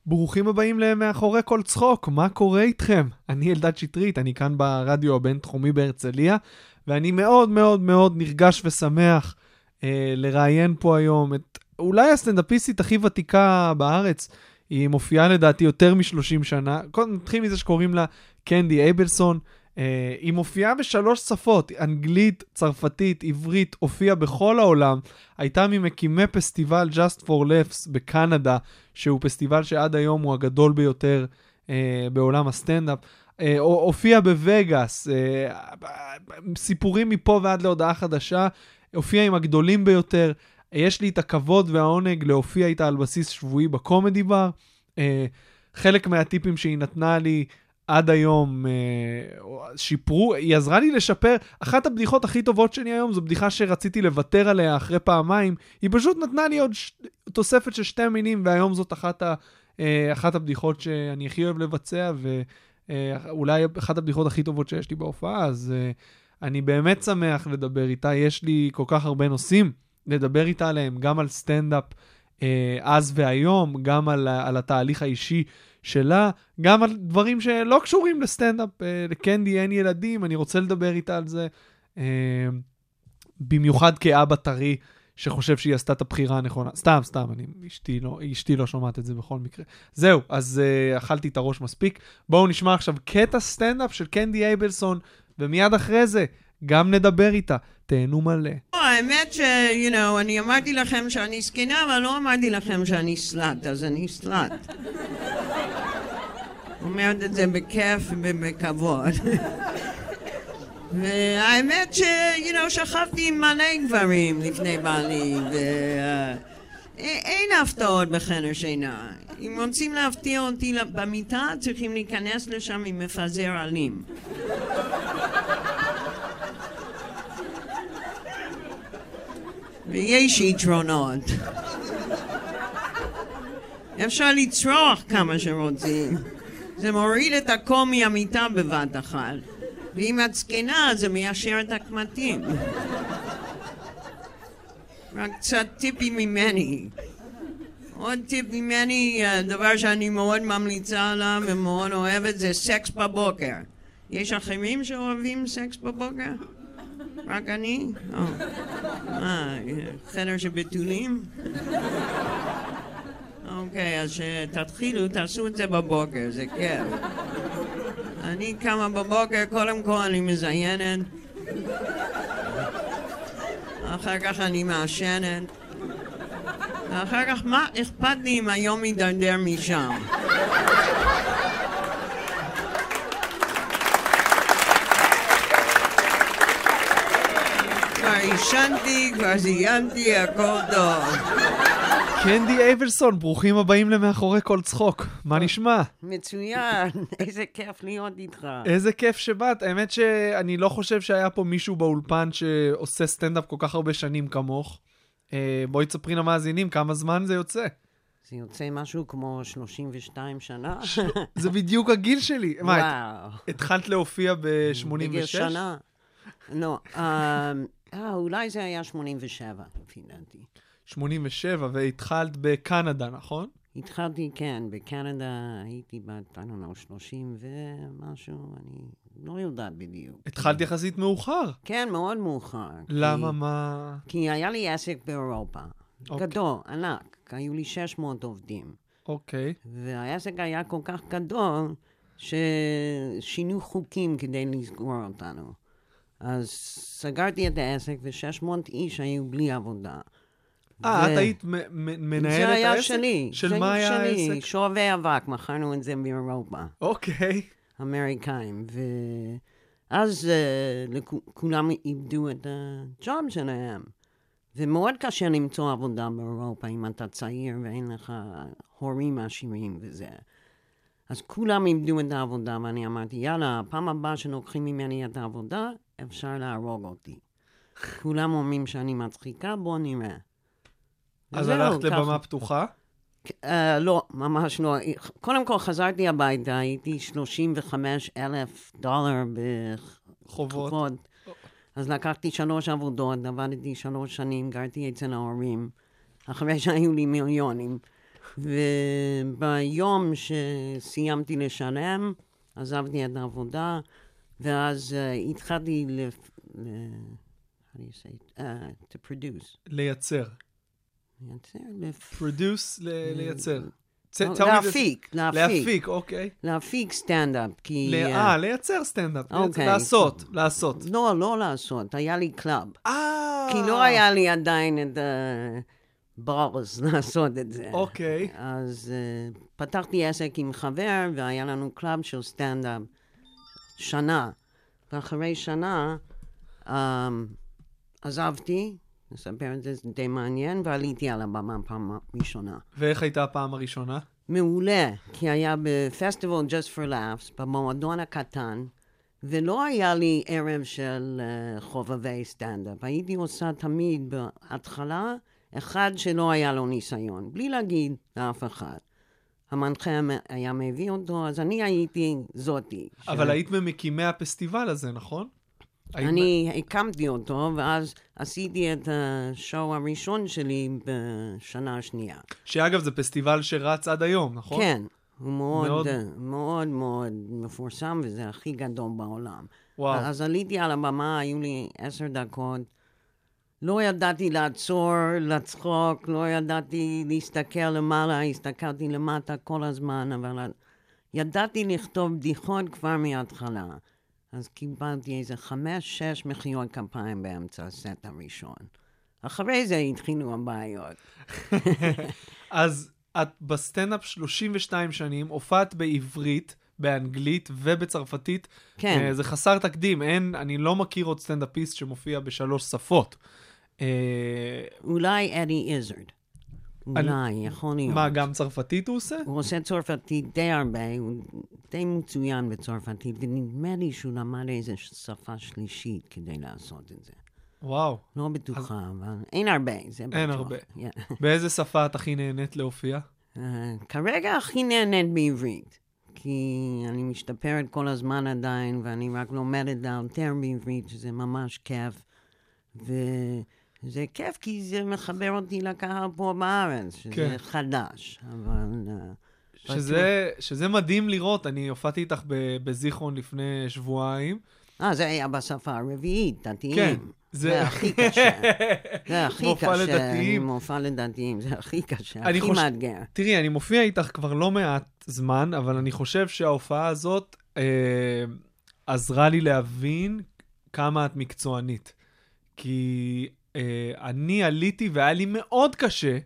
ברוכים הבאים למאחורי כל צחוק, מה קורה איתכם? אני אלדד שטרית, אני כאן ברדיו הבינתחומי בהרצליה, ואני מאוד מאוד מאוד נרגש ושמח לראיין פה היום את אולי הסטנדאפיסטית הכי ותיקה בארץ. היא מופיעה לדעתי יותר מ-30 שנה. קודם נתחיל מזה שקוראים לה קנדי אייבלסון. היא מופיעה בשלוש שפות, אנגלית, צרפתית, עברית, הופיעה בכל העולם. הייתה ממקימי פסטיבל Just for Laughs בקנדה, שהוא פסטיבל שעד היום הוא הגדול ביותר בעולם הסטנדאפ. הופיעה בווגאס, סיפורים מפה ועד להודעה חדשה, הופיעה עם הגדולים ביותר. יש לי את הכבוד והעונג להופיע איתה על בסיס שבועי בקומדי בר. חלק מהטיפים שהיא נתנה לי עד היום שיפרו, היא עזרה לי לשפר. אחת הבדיחות הכי טובות שלי היום, זו בדיחה שרציתי לוותר עליה אחרי פעמיים, היא פשוט נתנה לי עוד תוספת של 2 מילים, והיום זאת אחת הבדיחות שאני הכי אוהב לבצע, ואולי אחת הבדיחות הכי טובות שיש לי בהופעה, אז אני באמת שמח לדבר איתה. יש לי כל כך הרבה נושאים לדבר איתה עליהם, גם על סטנדאפ אז והיום, גם על התהליך האישי שלה, גם על דברים שלא קשורים לסטנדאפ. לקנדי אין ילדים, אני רוצה לדבר איתה על זה, במיוחד כאבא טרי שחושב שהיא עשתה את הבחירה הנכונה. סתם, אשתי לא שומעת את זה בכל מקרה. זהו, אז אכלתי את הראש מספיק. בואו נשמע עכשיו קטע סטנדאפ של קנדי אייבלסון, ומיד אחרי זה גם נדבר איתה. תהנו מלא. האמת אני אמרתי לכם שאני סקינה, אבל לא אמרתי לכם שאני סלאט, אז אני סלאט. אומרת את זה בכיף ובכבוד. והאמת שכבתי עם מלא גברים לפני בעלי, אין הפתעות בחדר שינה. אם רוצים להפתיע אותי במיטה, צריכים להיכנס לשם עם מפזר אלים. ויש יתרונות. אפשר לצרוח כמה שרוצים. זה מוריד את הכל מהמיטה בבת אחת. ואם את זקנה, זה מיישר את הקמטים. רק קצת טיפים ממני. עוד טיפ ממני, דבר שאני מאוד ממליצה עליו ומאוד אוהבת, זה סקס בבוקר. יש אחרים שאוהבים סקס בבוקר? רק אני? חדר שבתולים? אוקיי, אז שתתחילו, תעשו את זה בבוקר, זה כיף. אני קמה בבוקר, קודם כל אני מזיינת. אחר כך אני מעשנת. ואחר כך מה אכפת לי אם היום ידרדר משם? כבר ישנתי, כבר זיינתי, הכל טוב. קנדי אייבלסון, ברוכים הבאים למאחורי כל צחוק. מה נשמע? מצוין, איזה כיף להיות איתך. איזה כיף שבאת. האמת שאני לא חושב שהיה פה מישהו באולפן שעושה סטנדאפ כל כך הרבה שנים כמוך. בואי תספרי למאזינים כמה זמן זה יוצא. זה יוצא משהו כמו 32 שנה. זה בדיוק הגיל שלי. וואו. התחלת להופיע ב-86? בגיל שנה. לא, אולי זה היה 87, לפי דעתי. 87, והתחלת בקנדה, נכון? התחלתי, כן, בקנדה הייתי בת, אני לא, 30 ומשהו, אני לא יודעת בדיוק. התחלת יחסית מאוחר. כן, מאוד מאוחר. למה, מה? כי היה לי עסק באירופה. גדול, ענק. היו לי 600 עובדים. אוקיי. והעסק היה כל כך גדול, ששינו חוקים כדי לסגור אותנו. אז סגרתי את העסק, ו600 איש היו בלי עבודה. את היית מנהלת העסק? זה היה שלי. של מה היה העסק? שואבי אבק, מכרנו את זה באירופה. אוקיי. אמריקאים. ואז כולם איבדו את הג'וב שלהם. ומאוד קשה למצוא עבודה באירופה אם אתה צעיר ואין לך הורים עשירים וזה. אז כולם איבדו את העבודה, ואני אמרתי, יאללה, הפעם הבאה שלוקחים ממני את העבודה, אפשר להרוג אותי. כולם אומרים שאני מצחיקה, בוא נראה. אז הלכת לבמה פתוחה? לא, ממש לא. קודם כל חזרתי הביתה, הייתי $35,000 בחובות. אז לקחתי 3 עבודות, עבדתי 3 שנים, גרתי אצל ההורים, אחרי שהיו לי מיליונים. וביום שסיימתי לשלם, עזבתי את העבודה, ואז התחלתי how do you say? To produce. לייצר. produce, לייצר. להפיק, אוקיי. להפיק סטנדאפ, כי... לייצר סטנדאפ, אוקיי. לעשות. לא לעשות, היה לי קלאב. כי לא היה לי עדיין את הברס לעשות את זה. אוקיי. אז פתחתי עסק עם חבר, והיה לנו קלאב של סטנדאפ שנה. ואחרי שנה עזבתי, נספר את זה די מעניין, ועליתי על הבמה פעם ראשונה. ואיך הייתה הפעם הראשונה? מעולה, כי היה בפסטיבל Just for Laughs, במועדון הקטן, ולא היה לי ערב של חובבי סטנדאפ. הייתי עושה תמיד בהתחלה, אחד שלא היה לו ניסיון, בלי להגיד לאף אחד. המנחה היה מביא אותו, אז אני הייתי זאתי. אבל היית ממקימי הפסטיבל הזה, נכון? אני הקמתי אותו, ואז עשיתי את השואו הראשון שלי בשנה השנייה. שאגב, זה פסטיבל שרץ עד היום, נכון? כן, הוא מאוד מאוד מאוד מפורסם, וזה הכי גדול בעולם. וואו. אז עליתי על הבמה, היו לי 10 דקות, לא ידעתי לעצור, לצחוק, לא ידעתי להסתכל למעלה, הסתכלתי למטה כל הזמן, אבל ידעתי לכתוב בדיחות כבר מההתחלה. אז קיבלתי איזה 5-6 מחיאות כפיים באמצע הסט הראשון. אחרי זה התחילו הבעיות. אז את בסטנדאפ 32 שנים, הופעת בעברית, באנגלית ובצרפתית. כן. זה חסר תקדים, אני לא מכיר עוד סטנדאפיסט שמופיע ב3 שפות. אולי אדי איזרד. אולי, יכול להיות. מה, גם צרפתית הוא עושה? הוא עושה צרפתית די הרבה, הוא די מצוין בצרפתית, ונדמה לי שהוא למד איזו שפה שלישית כדי לעשות את זה. וואו. לא בטוחה, אבל אין הרבה, זה בטוח. אין הרבה. באיזה שפה את הכי נהנית להופיע? כרגע הכי נהנית בעברית, כי אני משתפרת כל הזמן עדיין, ואני רק לומדת לאלתר בעברית, שזה ממש כיף, זה כיף, כי זה מחבר אותי לקהל פה בארץ, שזה כן. חדש, אבל... שזה מדהים לראות, אני הופעתי איתך בזיכרון לפני שבועיים. זה היה בשפה הרביעית, דתיים. כן. זה הכי קשה. זה הכי מופע קשה. לדתיים. מופע לדתיים, זה הכי קשה, הכי מאתגר. תראי, אני מופיע איתך כבר לא מעט זמן, אבל אני חושב שההופעה הזאת עזרה לי להבין כמה את מקצוענית. כי... אני עליתי והיה לי מאוד קשה,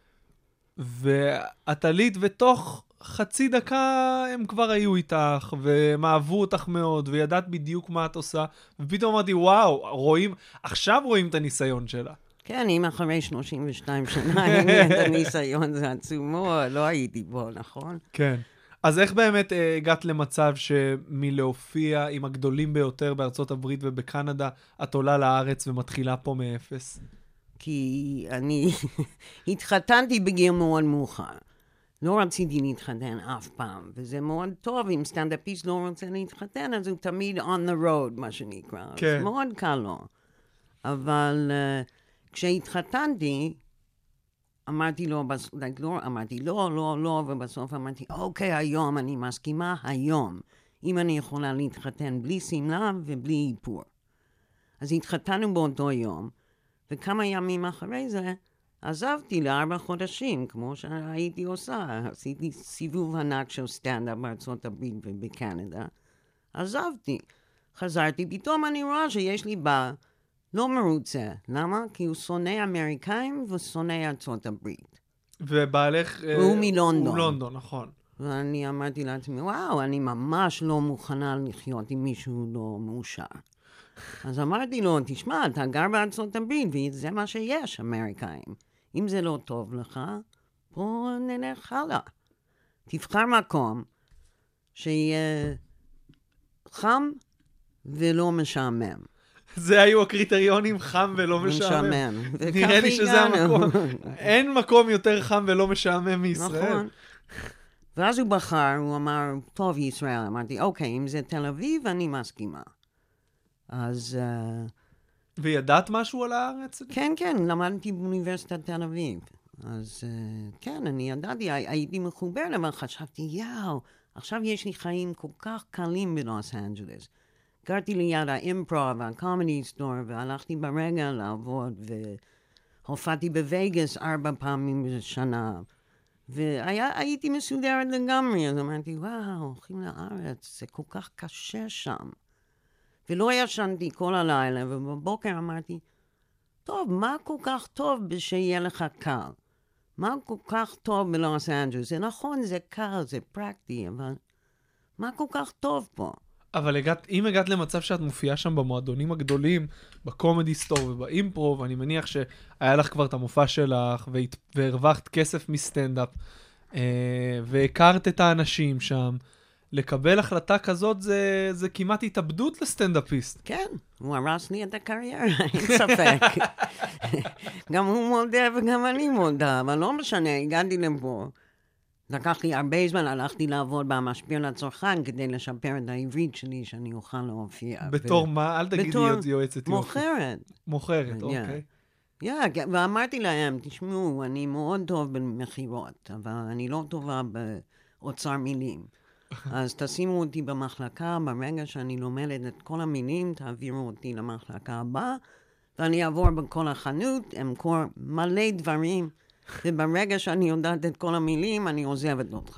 ואת עלית ותוך חצי דקה הם כבר היו איתך, והם אהבו אותך מאוד, וידעת בדיוק מה את עושה, ופתאום אמרתי, וואו, עכשיו רואים את הניסיון שלה. כן, אם אחרי 32 שנה, אם את הניסיון זה עצום מאוד, לא הייתי בו, נכון? כן. אז איך באמת הגעת למצב שמלהופיע עם הגדולים ביותר בארצות הברית ובקנדה, את עולה לארץ ומתחילה פה מאפס? כי אני התחתנתי בגיל מאוד מאוחר. לא רציתי להתחתן אף פעם, וזה מאוד טוב, אם סטנדאפיסט לא רוצה להתחתן, אז הוא תמיד on the road, מה שנקרא. כן. אז מאוד קל לו. אבל כשהתחתנתי, אמרתי לו, לא, ובסוף אמרתי, אוקיי, היום אני מסכימה, היום, אם אני יכולה להתחתן בלי שמלה ובלי איפור. אז התחתנו באותו יום, וכמה ימים אחרי זה, עזבתי ל4 חודשים, כמו שהייתי עושה. עשיתי סיבוב ענק של סטנדאפ בארצות הברית ובקנדה. עזבתי. חזרתי, פתאום אני רואה שיש לי לא מרוצה. למה? כי הוא שונא אמריקאים ושונא ארצות הברית. ובעלך... הוא מלונדון. הוא לונדון, נכון. ואני אמרתי לעצמי, וואו, אני ממש לא מוכנה לחיות עם מישהו לא מאושר. אז אמרתי לו, תשמע, אתה גר בארצות הברית, וזה מה שיש, אמריקאים. אם זה לא טוב לך, בוא נלך הלאה. תבחר מקום שיהיה חם ולא משעמם. זה היו הקריטריונים, חם ולא משעמם. נראה לי שזה המקום. אין מקום יותר חם ולא משעמם מישראל. נכון. ואז הוא בחר, הוא אמר, טוב, ישראל. אמרתי, אוקיי, אם זה תל אביב, אני מסכימה. אז... וידעת משהו על הארץ? כן, כן, למדתי באוניברסיטת תל אביב. אז כן, אני ידעתי, הייתי מחובר, אבל חשבתי, יאו, עכשיו יש לי חיים כל כך קלים בלוס אנג'לס. גרתי ליד האימפרוב והקומדי סטור, והלכתי ברגע לעבוד, והופעתי בוויגאס 4 פעמים בשנה. והייתי מסודרת לגמרי, אז אמרתי, וואו, הולכים לארץ, זה כל כך קשה שם. ולא ישנתי כל הלילה, ובבוקר אמרתי, טוב, מה כל כך טוב שיהיה לך קל? מה כל כך טוב בלוס אנג'לס? זה נכון, זה קל, זה פרקטי, אבל מה כל כך טוב פה? אבל אם הגעת למצב שאת מופיעה שם במועדונים הגדולים, בקומדי סטור ובאימפרוב, אני מניח שהיה לך כבר את המופע שלך, והרווחת כסף מסטנדאפ, והכרת את האנשים שם, לקבל החלטה כזאת זה כמעט התאבדות לסטנדאפיסט. כן, הוא הרס לי את הקריירה, אין ספק. גם הוא מודה וגם אני מודה, אבל לא משנה, הגעתי לפה. לקח לי הרבה זמן, הלכתי לעבוד במשבר לצרכן כדי לשפר את העברית שלי, שאני אוכל להופיע. בתור מה? אל תגידי יועצת יופי. מוכרת. מוכרת, אוקיי. ואמרתי להם, תשמעו, אני מאוד טוב במחירות, אבל אני לא טובה באוצר מילים. אז תשימו אותי במחלקה, ברגע שאני לומדת את כל המילים, תעבירו אותי למחלקה הבאה, ואני אעבור בכל החנות, אמכור מלא דברים, וברגע שאני יודעת את כל המילים, אני עוזבת אותך.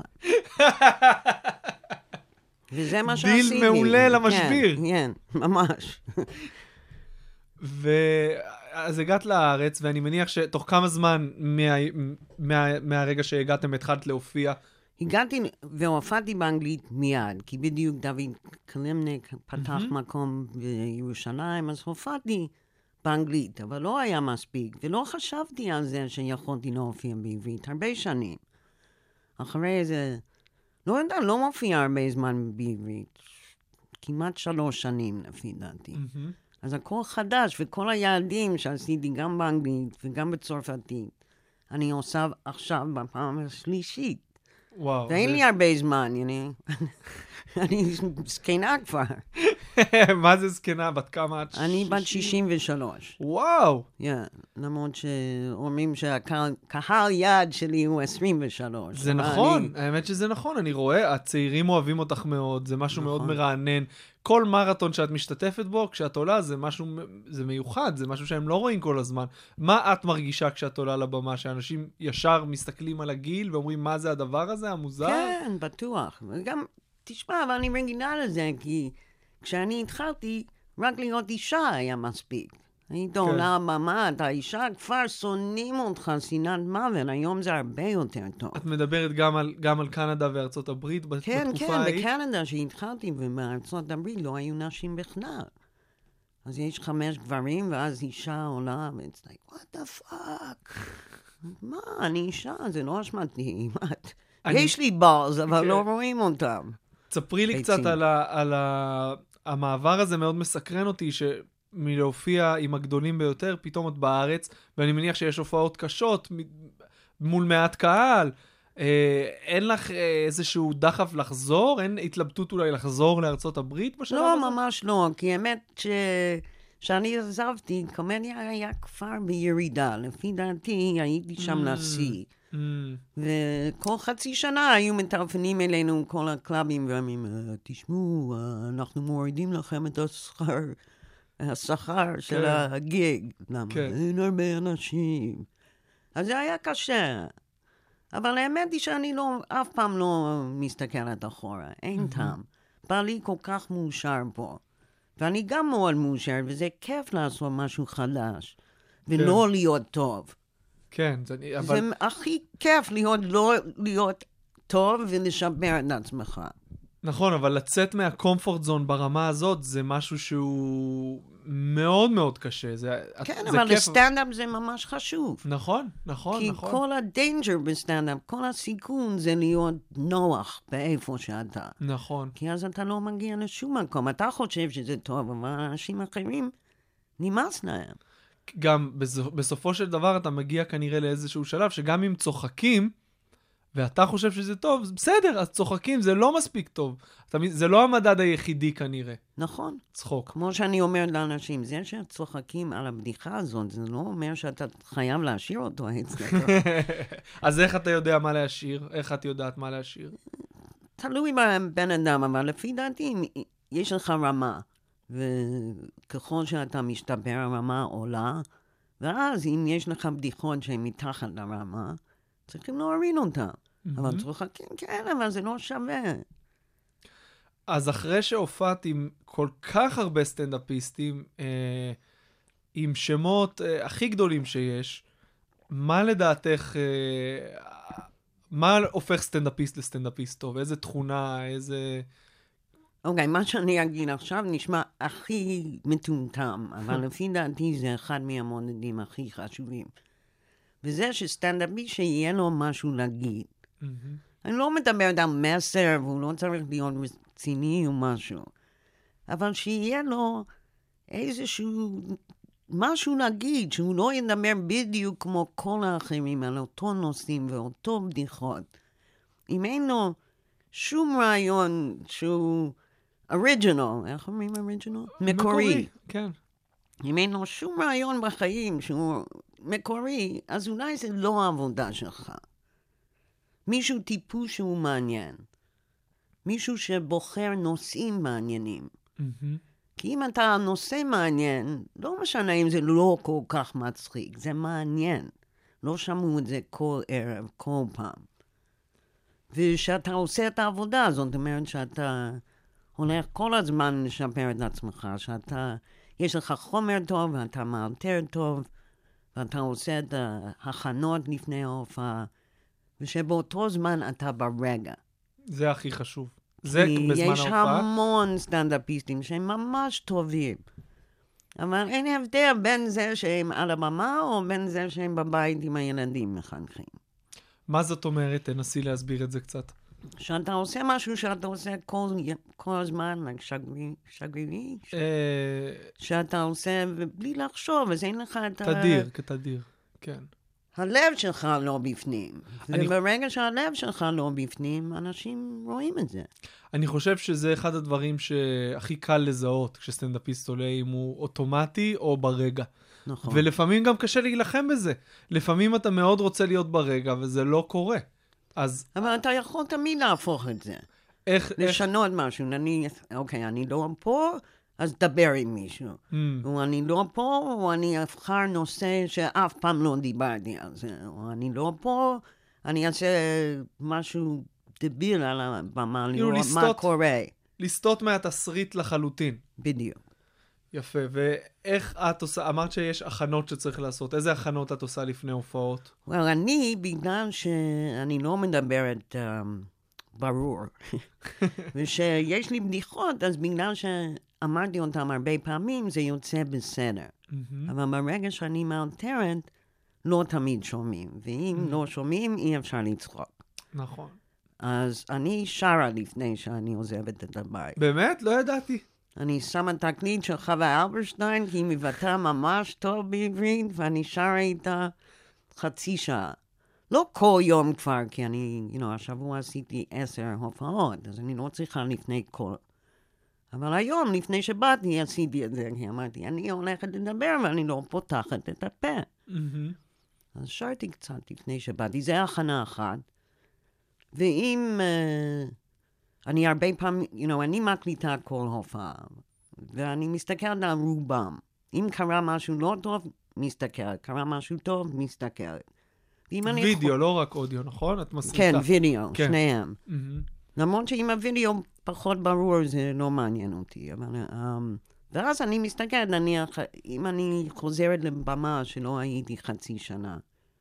וזה מה שעשיתי. דיל מעולה למשביר. כן, ממש. אז הגעת לארץ, ואני מניח שתוך כמה זמן מהרגע שהגעתם התחלת להופיע? הגעתי והופעתי באנגלית מיד, כי בדיוק דוד קלמניק פתח מקום בירושלים, אז הופעתי באנגלית, אבל לא היה מספיק, ולא חשבתי על זה שיכולתי להופיע בעברית הרבה שנים. אחרי איזה, לא יודע, לא מופיע הרבה זמן בעברית, כמעט 3 שנים לפי דעתי. אז הכל חדש, וכל היעדים שעשיתי גם באנגלית וגם בצרפתית, אני עושה עכשיו בפעם השלישית. וואו. ואין לי הרבה זמן, אני זקנה כבר. מה זה זקנה? בת כמה? אני בת 63. וואו. למרות שאומרים שהקהל יעד שלי הוא 23. זה נכון, האמת שזה נכון, אני רואה, הצעירים אוהבים אותך מאוד, זה משהו מאוד מרענן. כל מרתון שאת משתתפת בו, כשאת עולה, זה משהו, זה מיוחד, זה משהו שהם לא רואים כל הזמן. מה את מרגישה כשאת עולה לבמה, שאנשים ישר מסתכלים על הגיל ואומרים, מה זה הדבר הזה, המוזר? כן, בטוח. וגם, תשמע, אבל אני רגילה לזה, כי כשאני התחלתי, רק להיות אישה היה מספיק. היית עולה במה, אתה אישה, כבר שונאים אותך, שנאת מוות, היום זה הרבה יותר טוב. את מדברת גם על קנדה וארצות הברית בתקופה ההיא? כן, בקנדה שהתחלתי, ובארצות הברית לא היו נשים בכלל. אז יש 5 גברים, ואז אישה עולה, it's like, what the fuck? מה, אני אישה, זה לא אשמתי. יש לי באז, אבל לא רואים אותם. תספרי לי קצת על המעבר הזה, מאוד מסקרן אותי, מלהופיע עם הגדולים ביותר, פתאום את בארץ, ואני מניח שיש הופעות קשות מול מעט קהל. אין לך איזשהו דחף לחזור? אין התלבטות אולי לחזור לארצות הברית בשלב הזה? לא, ממש לא, כי האמת שאני עזבתי, קומדיה היה כבר בירידה. לפי דעתי הייתי שם לשיא. וכל חצי שנה היו מטלפנים אלינו כל הקלאבים, ואומרים, תשמעו, אנחנו מורידים לכם את השכר של הגיג. למה? אין הרבה אנשים. אז זה היה קשה. אבל האמת היא שאני אף פעם לא מסתכלת אחורה. אין טעם. בא לי כל כך מאושר פה. ואני גם מאוד מאושר, וזה כיף לעשות משהו חדש. ולא להיות טוב. כן, זה הכי כיף לא להיות טוב ולשפר את עצמך. נכון, אבל לצאת מהקומפורט זון ברמה הזאת, זה משהו שהוא מאוד מאוד קשה. כן, אבל לסטנדאפ זה ממש חשוב. נכון, נכון, כי נכון. כי כל הדנג'ר בסטנדאפ, כל הסיכון זה להיות נוח באיפה שאתה. נכון. כי אז אתה לא מגיע לשום מקום. אתה חושב שזה טוב, אבל אנשים אחרים נמאס להם. גם בסופו של דבר אתה מגיע כנראה לאיזשהו שלב, שגם אם צוחקים, ואתה חושב שזה טוב, בסדר, אז צוחקים, זה לא מספיק טוב. זה לא המדד היחידי כנראה. נכון. צחוק. כמו שאני אומר לאנשים, זה שצוחקים על הבדיחה הזאת, זה לא אומר שאתה חייב להשאיר אותו אצלך. אז איך אתה יודע מה להשאיר? איך את יודעת מה להשאיר? תלוי בבן אדם, אבל לפי דעתי, יש לך רמה, וככל שאתה משתפר, הרמה עולה, ואז אם יש לך בדיחות שהן מתחת לרמה, צריכים להוריד אותה. אבל צוחקים, כן, אבל זה לא שווה. אז אחרי שהופעת עם כל כך הרבה סטנדאפיסטים, עם שמות הכי גדולים שיש, מה לדעתך, מה הופך סטנדאפיסט לסטנדאפיסט טוב? איזה תכונה, איזה... אוקיי, מה שאני אגיד עכשיו נשמע הכי מטומטם, אבל לפי דעתי זה אחד מהמודדים הכי חשובים. וזה שסטנדאפיסט שיהיה לו משהו להגיד. אני לא מדברת על מסר, והוא לא צריך להיות רציני או משהו. אבל שיהיה לו איזשהו משהו להגיד, שהוא לא ידבר בדיוק כמו כל האחרים על אותו נושאים ואותו בדיחות. אם אין לו שום רעיון שהוא אוריג'ינל, איך אומרים אוריג'ינל? מקורי. כן. אם אין לו שום רעיון בחיים שהוא מקורי, אז אולי זה לא העבודה שלך. מישהו טיפוס שהוא מעניין. מישהו שבוחר נושאים מעניינים. כי אם אתה נושא מעניין, לא משנה אם זה לא כל כך מצחיק, זה מעניין. לא שמעו את זה כל ערב, כל פעם. ושאתה עושה את העבודה, זאת אומרת שאתה הולך כל הזמן לשפר את עצמך, שאתה, יש לך חומר טוב, ואתה מאלתר טוב, ואתה עושה את ההכנות לפני ההופעה, ושבאותו זמן אתה ברגע. זה הכי חשוב. זה בזמן ההופעה. יש המון סטנדאפיסטים שהם ממש טובים. אבל אין הבדל בין זה שהם על הבמה, או בין זה שהם בבית עם הילדים מחנכים. מה זאת אומרת? תנסי להסביר את זה קצת. שאתה עושה משהו שאתה עושה כל הזמן, שגרירי, שאתה עושה בלי לחשוב, אז אין לך את כתדיר, כן. הלב שלך לא בפנים. וברגע שהלב שלך לא בפנים, אנשים רואים את זה. אני חושב שזה אחד הדברים שהכי קל לזהות כשסטנדאפיסט עולה, אם הוא אוטומטי או ברגע. נכון. ולפעמים גם קשה להילחם בזה. לפעמים אתה מאוד רוצה להיות ברגע, וזה לא קורה. אז... אבל אתה יכול תמיד להפוך את זה. לשנות משהו. אוקיי, אני לא פה, אז דבר עם מישהו. או אני לא פה, או אני אבחר נושא שאף פעם לא דיברתי על זה. או אני לא פה, אני אעשה משהו דביל על הבמה, לראות מה קורה. לסטות מהתסריט לחלוטין. בדיוק. יפה, ואיך את עושה, אמרת שיש הכנות שצריך לעשות, איזה הכנות את עושה לפני הופעות? אני, בגלל שאני לא מדברת ברור, ושיש לי בדיחות, אז בגלל שאמרתי אותם הרבה פעמים, זה יוצא בסדר. אבל ברגע שאני מאלתרת, לא תמיד שומעים, ואם לא שומעים, אי אפשר לצחוק. נכון. אז אני שרה לפני שאני עוזבת את הבית. באמת? לא ידעתי. אני שמה תקליט של חווה אלברשטיין, כי היא מבטאה ממש טוב בעברית, ואני שרה איתה חצי שעה. לא כל יום כבר, כי אני, השבוע עשיתי 10 הופעות, אז אני לא צריכה לפני כל. אבל היום, לפני שבאתי, עשיתי את זה, כי אמרתי, אני הולכת לדבר, ואני לא פותחת את הפה. אז שרתי קצת לפני שבאתי, זה הכנה אחת. ואם... אני הרבה פעמים, אני מקליטה כל הופעה, ואני מסתכלת על רובם. אם קרה משהו לא טוב, מסתכלת. קרה משהו טוב, מסתכלת. וידאו, לא רק אודיו, נכון? את מסריטה. כן, וידאו, שניהם. למרות שאם הוידאו פחות ברור, זה לא מעניין אותי. ואז אני מסתכלת, אם אני חוזרת לבמה שלא הייתי חצי שנה,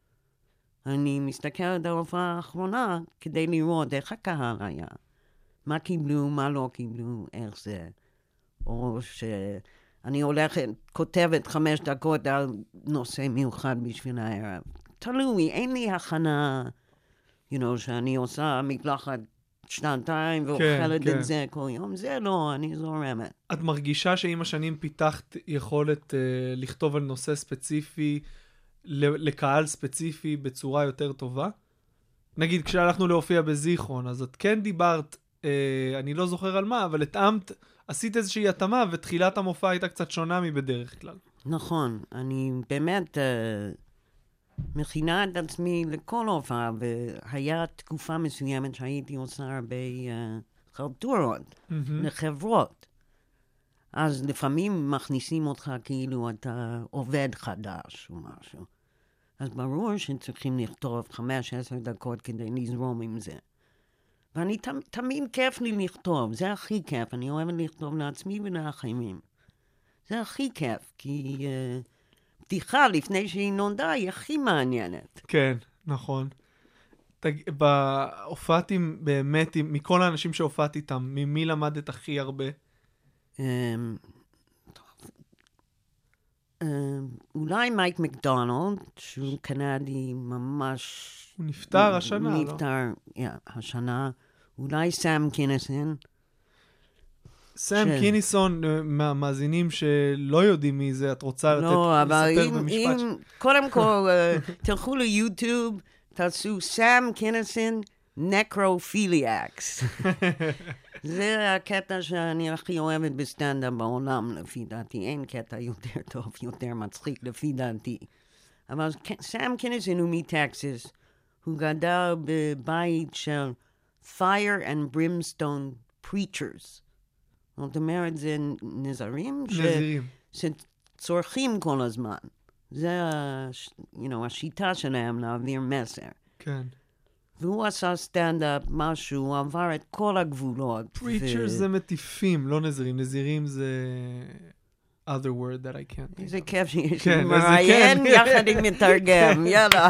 אני מסתכלת על ההופעה האחרונה כדי לראות איך הקהל היה. מה קיבלו, מה לא קיבלו, איך זה. או שאני הולכת, כותבת 5 דקות על נושא מיוחד בשביל הערב. תלוי, אין לי הכנה, שאני עושה מקלחת 2 ואוכלת את זה כל יום. זה לא, אני זורמת. את מרגישה שעם השנים פיתחת יכולת לכתוב על נושא ספציפי, לקהל ספציפי בצורה יותר טובה? נגיד, כשהלכנו להופיע בזיכרון, אז את כן דיברת, אני לא זוכר על מה, אבל התאמת, עשית איזושהי התאמה, ותחילת המופע הייתה קצת שונה מבדרך כלל. נכון, אני באמת מכינה את עצמי לכל הופעה, והיה תקופה מסוימת שהייתי עושה הרבה חלטורות לחברות. אז לפעמים מכניסים אותך כאילו אתה עובד חדש או משהו. אז ברור שצריכים לכתוב 5-10 דקות כדי לזרום עם זה. ואני תמיד כיף לי לכתוב, זה הכי כיף. אני אוהבת לכתוב לעצמי ולאחרים. זה הכי כיף, כי פתיחה לפני שהיא נולדה היא הכי מעניינת. כן, נכון. הופעתי באמת, מכל האנשים שהופעתי איתם, ממי למדת הכי הרבה? אולי מייק מקדונלד, שהוא קנדי ממש... הוא נפטר השנה, לא? הוא נפטר השנה. אולי סם קיניסון. סם קיניסון, מהמאזינים שלא יודעים מי זה, את רוצה לספר במשפט? קודם כל, תלכו ליוטיוב, תעשו סם קיניסון נקרופיליאקס. זה הקטע שאני הכי אוהבת בסטנדאפ בעולם, לפי דעתי. אין קטע יותר טוב, יותר מצחיק, לפי דעתי. אבל סם קיניסון הוא מטקסס. הוא גדל בבית של fire and brimstone preachers. זאת אומרת, זה נזרים שצורכים כל הזמן. זה השיטה שלהם להעביר מסר. כן. והוא עשה סטנדאפ, משהו, הוא עבר את כל הגבולות. preachers זה מטיפים, לא נזירים. נזירים זה other word that I can't. איזה כיף שיש לי מראיין יחד עם מתרגם, יאללה.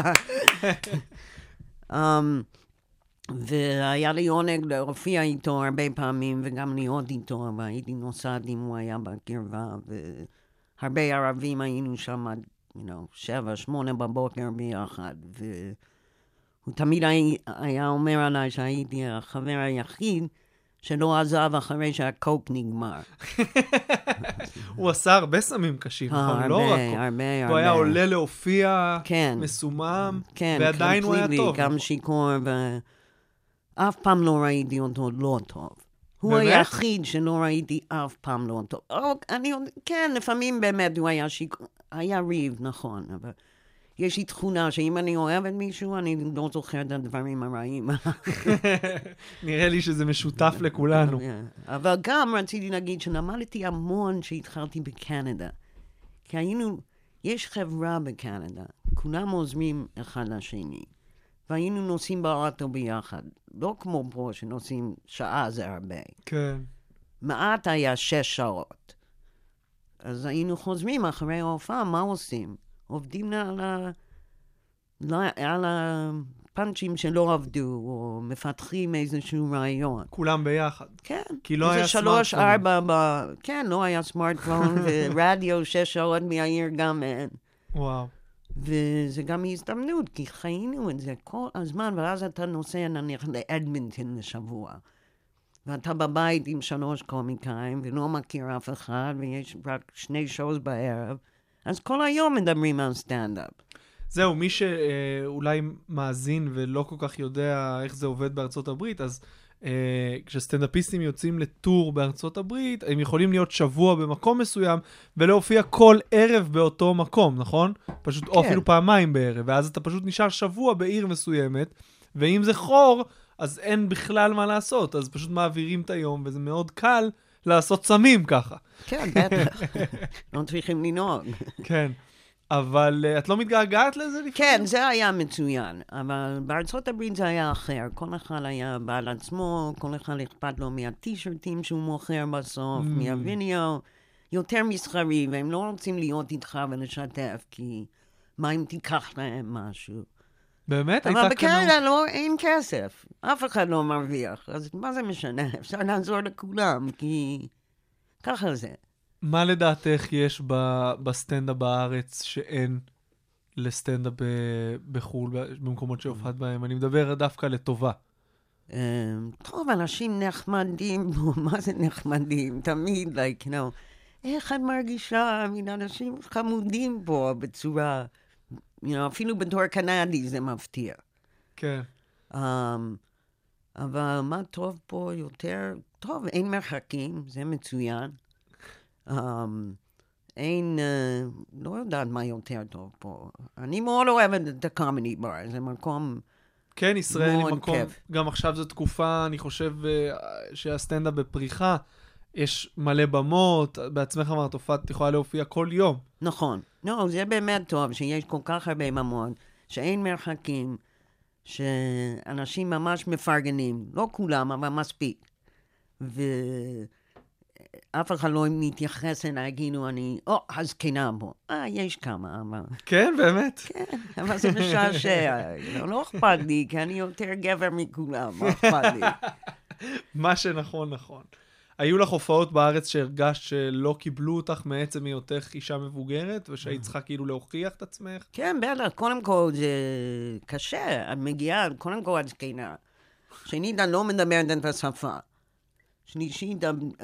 והיה לי עונג להופיע איתו הרבה פעמים, וגם להיות איתו, והייתי נוסעת אם הוא היה בקרבה, והרבה ערבים היינו שם, 7-8 בבוקר ביחד, והוא תמיד היה אומר עליי שהייתי החבר היחיד, שלא עזב אחרי שהקוק נגמר. הוא עשה הרבה סמים קשים, נכון? לא רק קוק. הרבה. הוא היה עולה להופיע, מסומם, ועדיין הוא היה טוב. גם שיקור, אף פעם לא ראיתי אותו לא טוב. הוא היחיד שלא ראיתי אף פעם לא טוב. כן, לפעמים באמת הוא היה ריב, נכון, אבל יש לי תכונה שאם אני אוהבת מישהו, אני לא זוכר את הדברים הרעים. נראה לי שזה משותף לכולנו. אבל גם רציתי להגיד שלמדתי המון שהתחלתי בקנדה. כי יש חברה בקנדה, כולם עוזרים אחד לשני. והיינו נוסעים באוטו ביחד. לא כמו פה שנוסעים שעה זה הרבה. כן. מעט היה 6 שעות. אז היינו חוזרים אחרי ההופעה, מה עושים? עובדים על הפאנצ'ים שלא עבדו, או מפתחים איזשהו רעיון. כולם ביחד. כן. כי לא היה סמארטפון. כן, לא היה סמארטפון, ורדיו 6 שעות מהעיר גם אין. וואו. וזה גם הזדמנות, כי חיינו את זה כל הזמן, ואז אתה נוסע נניח לאדמינטון לשבוע. ואתה בבית עם 3 קומיקאים, ולא מכיר אף אחד, ויש רק 2 שואו בערב, אז כל היום מדברים על סטנדאפ. זהו, מי שאולי מאזין ולא כל כך יודע איך זה עובד בארצות הברית, אז כשסטנדאפיסטים יוצאים לטור בארצות הברית, הם יכולים להיות שבוע במקום מסוים, ולהופיע כל ערב באותו מקום, נכון? פשוט או אפילו פעמיים בערב, ואז אתה פשוט נשאר שבוע בעיר מסוימת, ואם זה חור, אז אין בכלל מה לעשות, אז פשוט מעבירים את היום, וזה מאוד קל לעשות סמים ככה. כן, בטח. לא צריכים לנהוג. כן. אבל את לא מתגעגעת לזה לפני? כן, זה היה מצוין, אבל בארצות הברית זה היה אחר. כל אחד היה בעל עצמו, כל אחד אכפת לו מהטישרטים שהוא מוכר בסוף, מהווידאו, יותר מסחרי, והם לא רוצים להיות איתך ולשתף, כי מה אם תיקח להם משהו? באמת? אבל בקנדה לא, אין כסף, אף אחד לא מרוויח, אז מה זה משנה? אפשר לעזור לכולם, כי ככה זה. מה לדעתך יש בסטנדאפ בארץ שאין לסטנדאפ בחו"ל, במקומות שהופעת בהם? אני מדבר דווקא לטובה. טוב, אנשים נחמדים, מה זה נחמדים? תמיד, איך את מרגישה? אנשים חמודים פה בצורה, אפילו בתור קנדי זה מפתיע. כן. אבל מה טוב פה יותר? טוב, אין מרחקים, זה מצוין. אין, לא יודעת מה יותר טוב פה. אני מאוד אוהבת את הקומדי בר, זה מקום כן, ישראל היא מקום, כיף. גם עכשיו זו תקופה, אני חושב שהסטנדאפ בפריחה, יש מלא במות, בעצמך אמרת, את יכולה להופיע כל יום. נכון. לא, זה באמת טוב, שיש כל כך הרבה במות, שאין מרחקים, שאנשים ממש מפרגנים. לא כולם, אבל מספיק. אף אחד לא מתייחס אליי, יגידו, הזקנה פה. יש כמה, אבל... כן, באמת? כן, אבל זה משעשע. לא אכפת לי, כי אני יותר גבר מכולם, לא אכפת לי. מה שנכון, נכון. היו לך הופעות בארץ שהרגשת שלא קיבלו אותך מעצם היותך אישה מבוגרת, ושהיית צריכה כאילו להוכיח את עצמך? כן, בטח, קודם כל זה קשה. את מגיעה, קודם כל את זקנה. שנית, אני לא מדברת את השפה. שלישית,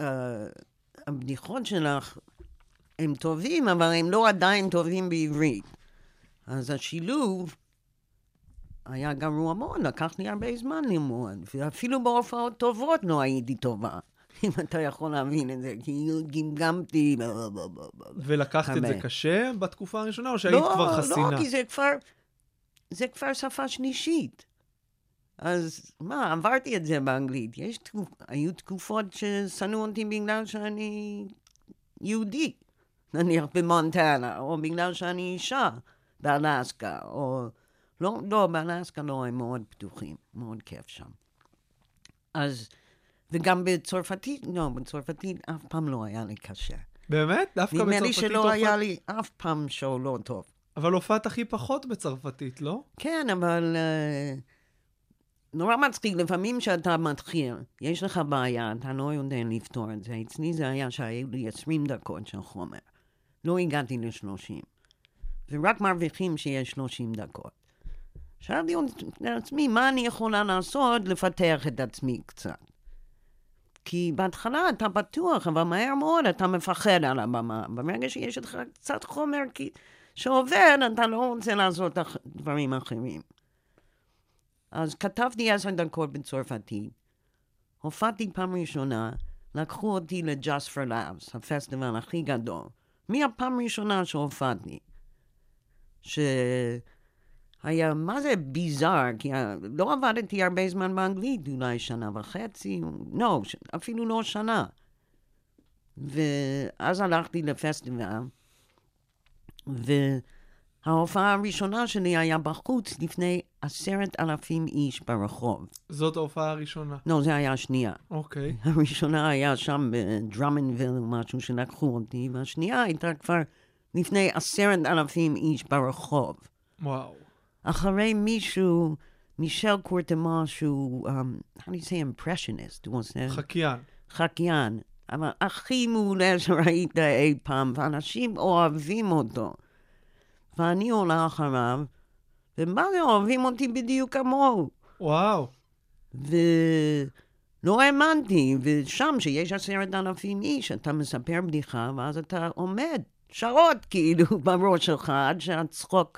הבדיחות שלך הם טובים, אבל הם לא עדיין טובים בעברית. אז השילוב היה גרוע מאוד, לקח לי הרבה זמן ללמוד, ואפילו בהופעות טובות לא הייתי טובה, אם אתה יכול להבין את זה, כי גמגמתי. ולקחת את זה קשה בתקופה הראשונה, או שהיית כבר חסינה? לא, כי זה כבר שפה שלישית. אז מה, עברתי את זה באנגלית. היו תקופות ששנאו אותי בגלל שאני יהודי, נניח במונטנה, או בגלל שאני אישה באלסקה, או... לא, באלסקה לא, הם מאוד פתוחים, מאוד כיף שם. אז, וגם בצרפתית, בצרפתית אף פעם לא היה לי קשה. באמת? דווקא בצרפתית? נדמה לי שלא היה לי אף פעם שואו לא טוב. אבל הופעת הכי פחות בצרפתית, לא? כן, אבל... נורא מצחיק, לפעמים שאתה מתחיל, יש לך בעיה, אתה לא יודע לפתור את זה. אצלי זה היה שהיו לי 20 דקות של חומר. לא הגעתי ל-30. ורק מרוויחים שיש 30 דקות. שאלתי לעצמי, מה אני יכולה לעשות לפתח את עצמי קצת? כי בהתחלה אתה בטוח, אבל מהר מאוד אתה מפחד על הבמה. ברגע שיש לך קצת חומר שעובד, אתה לא רוצה לעשות דברים אחרים. אז כתבתי 10 דקות בצרפתית, הופעתי פעם ראשונה, לקחו אותי ל-Just for Laughs, הפסטיבל הכי גדול. מהפעם ראשונה שהופעתי, שהיה, מה זה ביזר, כי לא עבדתי הרבה זמן באנגלית, אולי שנה וחצי, לא, אפילו לא שנה. ואז הלכתי לפסטיבל, ההופעה הראשונה שלי היה בחוץ לפני 10,000 איש ברחוב. זאת ההופעה הראשונה? לא, זה היה השנייה. אוקיי. הראשונה היה שם בדרמנוויל או משהו שלקחו אותי, והשנייה הייתה כבר לפני 10,000 איש ברחוב. וואו. אחרי מישהו, מישל קורטמה, שהוא, how do you say impressionist? חקיין. חקיין. אבל הכי מעולה שראית אי פעם, ואנשים אוהבים אותו. ואני עולה אחריו, ומה זה, אוהבים אותי בדיוק כמוהו. וואו. ולא האמנתי, ושם שיש 10,000 איש, אתה מספר בדיחה, ואז אתה עומד שעות כאילו בראש שלך, עד שהצחוק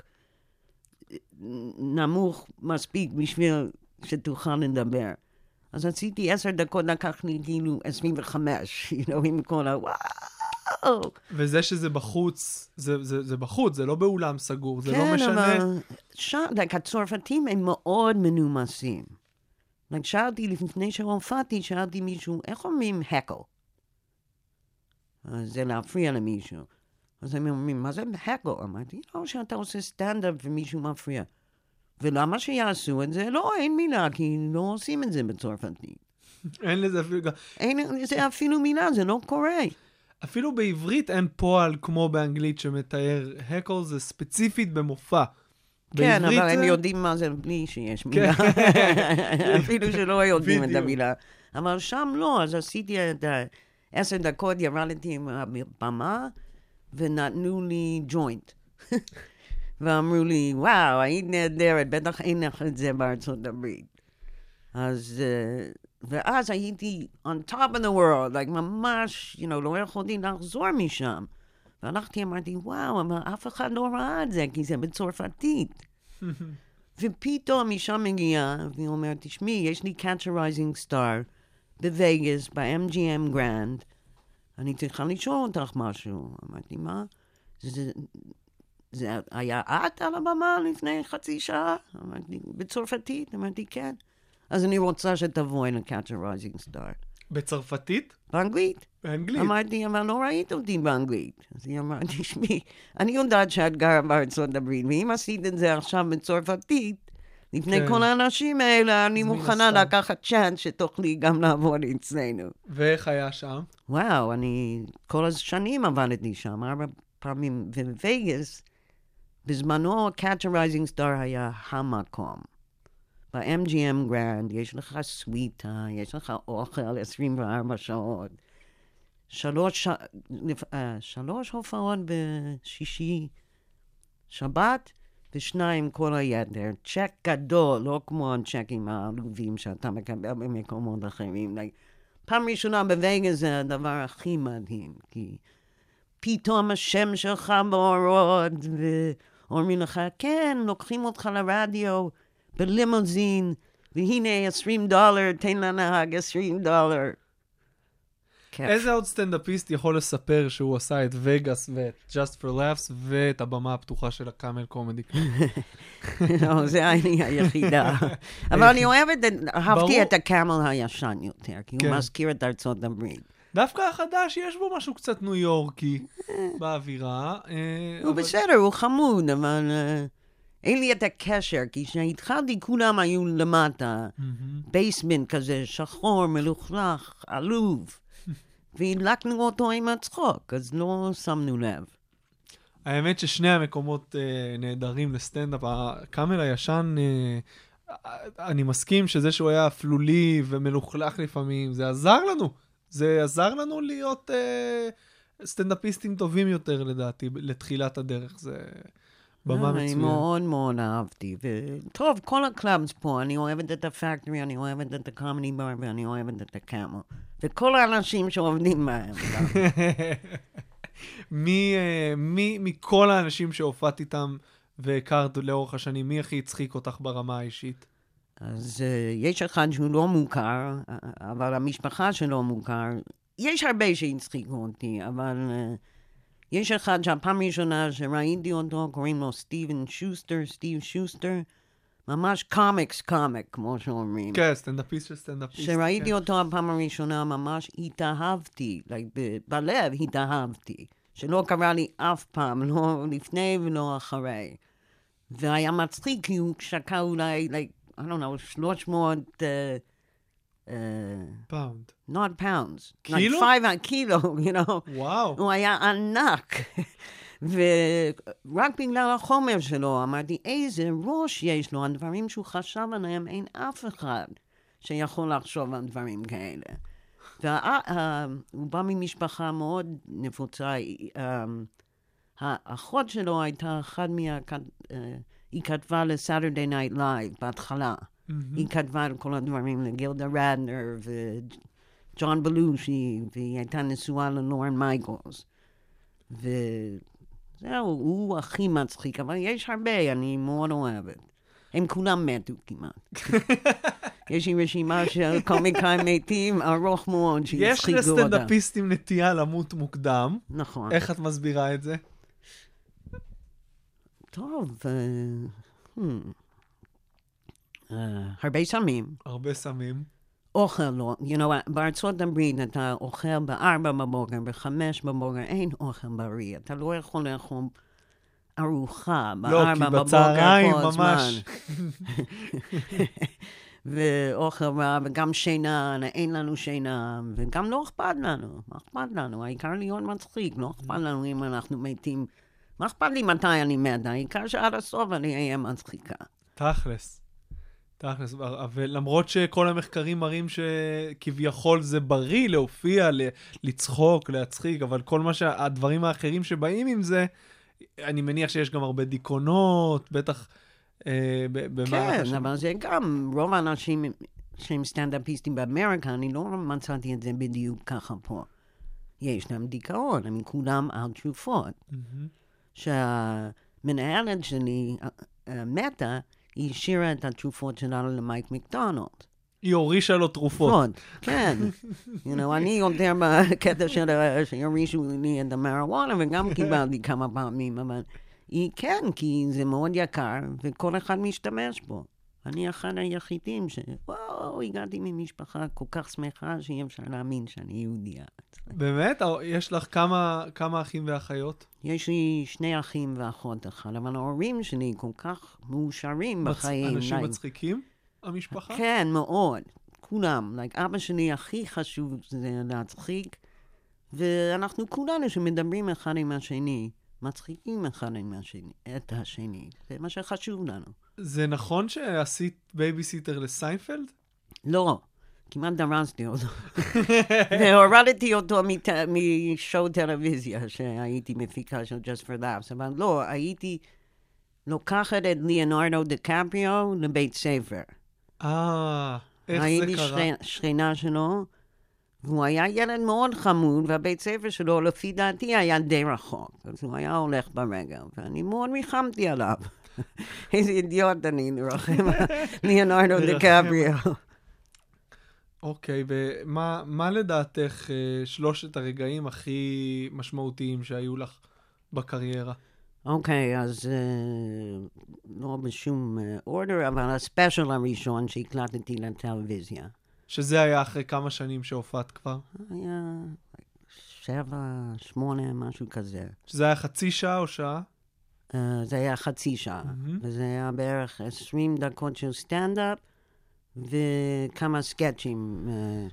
נמוך מספיק בשביל שתוכל לדבר. אז עשיתי 10 דקות, לקח לי כאילו 25, עם כל וואו. וזה שזה בחוץ, זה בחוץ, זה לא באולם סגור, זה לא משנה. כן, אבל הצרפתים הם מאוד מנומסים. שאלתי לפני שהופעתי, שאלתי מישהו, איך אומרים הקל? זה להפריע למישהו. אז הם אומרים, מה זה הקל? אמרתי, לא, שאתה עושה סטנדאפ ומישהו מפריע. ולמה שיעשו את זה? לא, אין מילה, כי לא עושים את זה בצרפתית. אין לזה אפילו... אין לזה אפילו מילה, זה לא קורה. אפילו בעברית אין פועל כמו באנגלית שמתאר הקל, זה ספציפית במופע. כן, אבל הם יודעים מה זה בלי שיש מילה. אפילו שלא יודעים את המילה. אבל שם לא, אז עשיתי את 10 דקות, ירדתי עם הבמה, ונתנו לי ג'וינט. ואמרו לי, וואו, היית נהדרת, בטח אין לך את זה בארצות הברית. אז... ואז הייתי on top of the world, like ממש, לא יכולתי לחזור משם. והלכתי, אמרתי, וואו, אבל אף אחד לא ראה את זה, כי זה בצרפתית. ופתאום אישה מגיעה, והיא אומרת, תשמעי, יש לי Catch a Rising Star בוויגאס, ב-MGM גרנד, אני צריכה לשאול אותך משהו. אמרתי, מה? זה היה את על הבמה לפני חצי שעה? אמרתי, בצרפתית? אמרתי, כן. אז אני רוצה שתבואי ל-Catch a Rising Star. בצרפתית? באנגלית. באנגלית. אמרתי, אבל לא ראית אותי באנגלית. אז היא אמרה, תשמעי, אני יודעת שאת גרה בארצות הברית, ואם עשית את זה עכשיו בצרפתית, לפני כל האנשים האלה, אני מוכנה לקחת צ'אנס שתוכלי גם לעבוד אצלנו. ואיך היה שם? וואו, אני כל השנים עבדתי שם, 4 פעמים, ובוויגאס, בזמנו, Catch a Rising Star היה המקום. ב-MGM גרנד, יש לך סוויטה, יש לך אוכל 24 שעות. 3 הופעות בשישי, שבת, ו2 כל היתר. צ'ק גדול, לא כמו הצ'קים העלובים שאתה מקבל במקומות אחרים. פעם ראשונה בוויגאס זה הדבר הכי מדהים, כי פתאום השם שלך באורות, ואומרים לך, כן, לוקחים אותך לרדיו, בלימוזין, והנה $20, תן לנהג $20. איזה עוד סטנדאפיסט יכול לספר שהוא עשה את וגאס ואת Just for Laughs ואת הבמה הפתוחה של הקאמל קומדי? לא, זה אני היחידה. אבל אני אהבתי את הקאמל הישן יותר, כי הוא מזכיר את ארצות הברית. דווקא החדש, יש בו משהו קצת ניו יורקי באווירה. הוא בסדר, הוא חמוד, אבל אין לי את הקשר, כי כשהתחלתי כולם היו למטה, בייסמנט כזה, שחור, מלוכלך, עלוב. והדלקנו אותו עם הצחוק, אז לא שמנו לב. האמת ששני המקומות נהדרים לסטנדאפ. הקאמל הישן, אני מסכים שזה שהוא היה אפלולי ומלוכלך לפעמים, זה עזר לנו. זה עזר לנו להיות סטנדאפיסטים טובים יותר, לדעתי, לתחילת הדרך. זה במה מצוין. אני מאוד מאוד אהבתי. וטוב, כל הקלאבס פה, אני אוהבת את הפקטורי, אני אוהבת את הקומדי בר, ואני אוהבת את הקאמל. וכל האנשים שעובדים בהם. מכל האנשים שהופעת איתם והכרת לאורך השנים, מי הכי הצחיק אותך ברמה האישית? אז יש אחד שהוא לא מוכר, אבל המשפחה שלו מוכר. יש הרבה שהצחיקו אותי, אבל יש אחד שהפעם ראשונה שראיתי אותו, קוראים לו סטיב שוסטר, ממש קומיקס, כמו שאומרים. כן, סטנדאפיסט של סטנדאפיסט. שראיתי אותו הפעם הראשונה, ממש התאהבתי, בלב התאהבתי, שלא קרה לי אף פעם, לא לפני ולא אחרי. והיה מצחיק, כי הוא שקע אולי, I don't know, 300... pound. Not pounds. Kilo? Like 5 kilo, you know. וואו. הוא היה ענק. ורק בגלל החומר שלו, אמרתי, איזה ראש יש לו, הדברים שהוא חשב עליהם, אין אף אחד שיכול לחשוב על דברים כאלה. הוא בא ממשפחה מאוד נפוצה. האחות שלו הייתה אחד היא כתבה ל-Saturday Night Live בהתחלה. היא כתבה כל הדברים לגילדה רדנר וג'ון בלושי, והיא הייתה נשואה ללורן מייקלס. וזהו, הוא הכי מצחיק, אבל יש הרבה, אני מאוד אוהבת. הם כולם מתו כמעט. יש לי רשימה של קומיקאים מתים, ארוך מאוד, שיצחיקו אותם. יש לסטנדאפיסטים נטייה למות מוקדם. נכון. איך את מסבירה את זה? טוב, הרבה סמים. הרבה סמים. אוכל לא. You know, בארצות הברית אתה אוכל ב-4 בבוקר, ב-5 בבוקר, אין אוכל בריא. אתה לא יכול לאכול ארוחה ב-4 בבוקר. לא, כי בצהריים ממש. ואוכל רע, וגם שינה, אין לנו שינה, וגם לא אכפת לנו. מה אכפת לנו? העיקר להיות מצחיק, לא אכפת לנו אם אנחנו מתים. מה אכפת לי מתי אני מתה? העיקר שעד הסוף אני אהיה מצחיקה. תכלס. ולמרות שכל המחקרים מראים שכביכול זה בריא להופיע, לצחוק, להצחיק, אבל כל מה שהדברים האחרים שבאים עם זה, אני מניח שיש גם הרבה דיכאונות, בטח במהלך השנים. כן, אבל זה גם רוב האנשים שהם סטנדאפיסטים באמריקה, אני לא מצאתי את זה בדיוק ככה פה. יש להם דיכאון, הם כולם על תרופות. שהמנהלת שלי מתה, היא השאירה את התרופות שלנו למייק מקדונלד. היא הורישה לו תרופות. כן. אני יותר בקטע שהורישו לי את המריואנה, וגם קיבלתי כמה פעמים, אבל היא כן, כי זה מאוד יקר, וכל אחד משתמש בו. אני אחד היחידים הגעתי ממשפחה כל כך שמחה שאי אפשר להאמין שאני יהודייה. באמת? יש לך כמה אחים ואחיות? יש לי 2 אחים ואחות אחת, אבל ההורים שלי כל כך מאושרים בחיים. אנשים מצחיקים, המשפחה? כן, מאוד. כולם. אבא שלי הכי חשוב זה להצחיק, ואנחנו כולנו שמדברים אחד עם השני, מצחיקים אחד עם השני, את השני. זה מה שחשוב לנו. זה נכון שעשית בייביסיטר לסיינפלד? לא. כמעט דרסתי אותו. והורדתי אותו משואו טלוויזיה שהייתי מפיקה של Just for Laughs. אבל לא, הייתי לוקחת את ליאונרדו דיקפריו לבית ספר. איך זה קרה? הייתי שכנה שלו, והוא היה ילד מאוד חמוד, והבית ספר שלו, לפי דעתי, היה די רחוק. אז הוא היה הולך ברגל, ואני מאוד ריחמתי עליו. איזה אידיוט אני לרחם ליאונרדו דיקפריו. אוקיי, ומה לדעתך 3 הרגעים הכי משמעותיים שהיו לך בקריירה? אוקיי, אז לא בשום אורדר, אבל הספיישל הראשון שהקלטתי לטלוויזיה. שזה היה אחרי כמה שנים שהופעת כבר? היה 7, 8, משהו כזה. שזה היה חצי שעה או שעה? זה היה חצי שעה, וזה היה בערך 20 דקות של סטנד-אפ, וכמה סקצ'ים,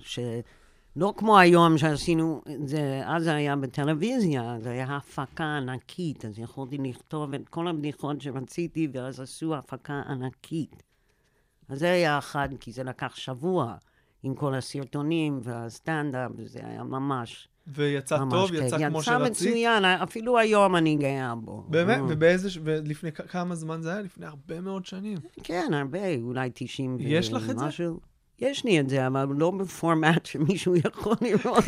שלא כמו היום שעשינו, אז זה היה בטלוויזיה, זה היה הפקה ענקית, אז יכולתי לכתוב את כל הבדיחות שרציתי, ואז עשו הפקה ענקית. אז זה היה אחד, כי זה לקח שבוע, עם כל הסרטונים והסטנדאפ, וזה היה ממש... ויצא טוב, יצא כמו שרצית? יצא מצוין, אפילו היום אני גאה בו. באמת? ולפני כמה זמן זה היה? לפני הרבה מאוד שנים. כן, הרבה, אולי 90 ומשהו. יש לך את זה? יש לי את זה, אבל לא בפורמט שמישהו יכול לראות.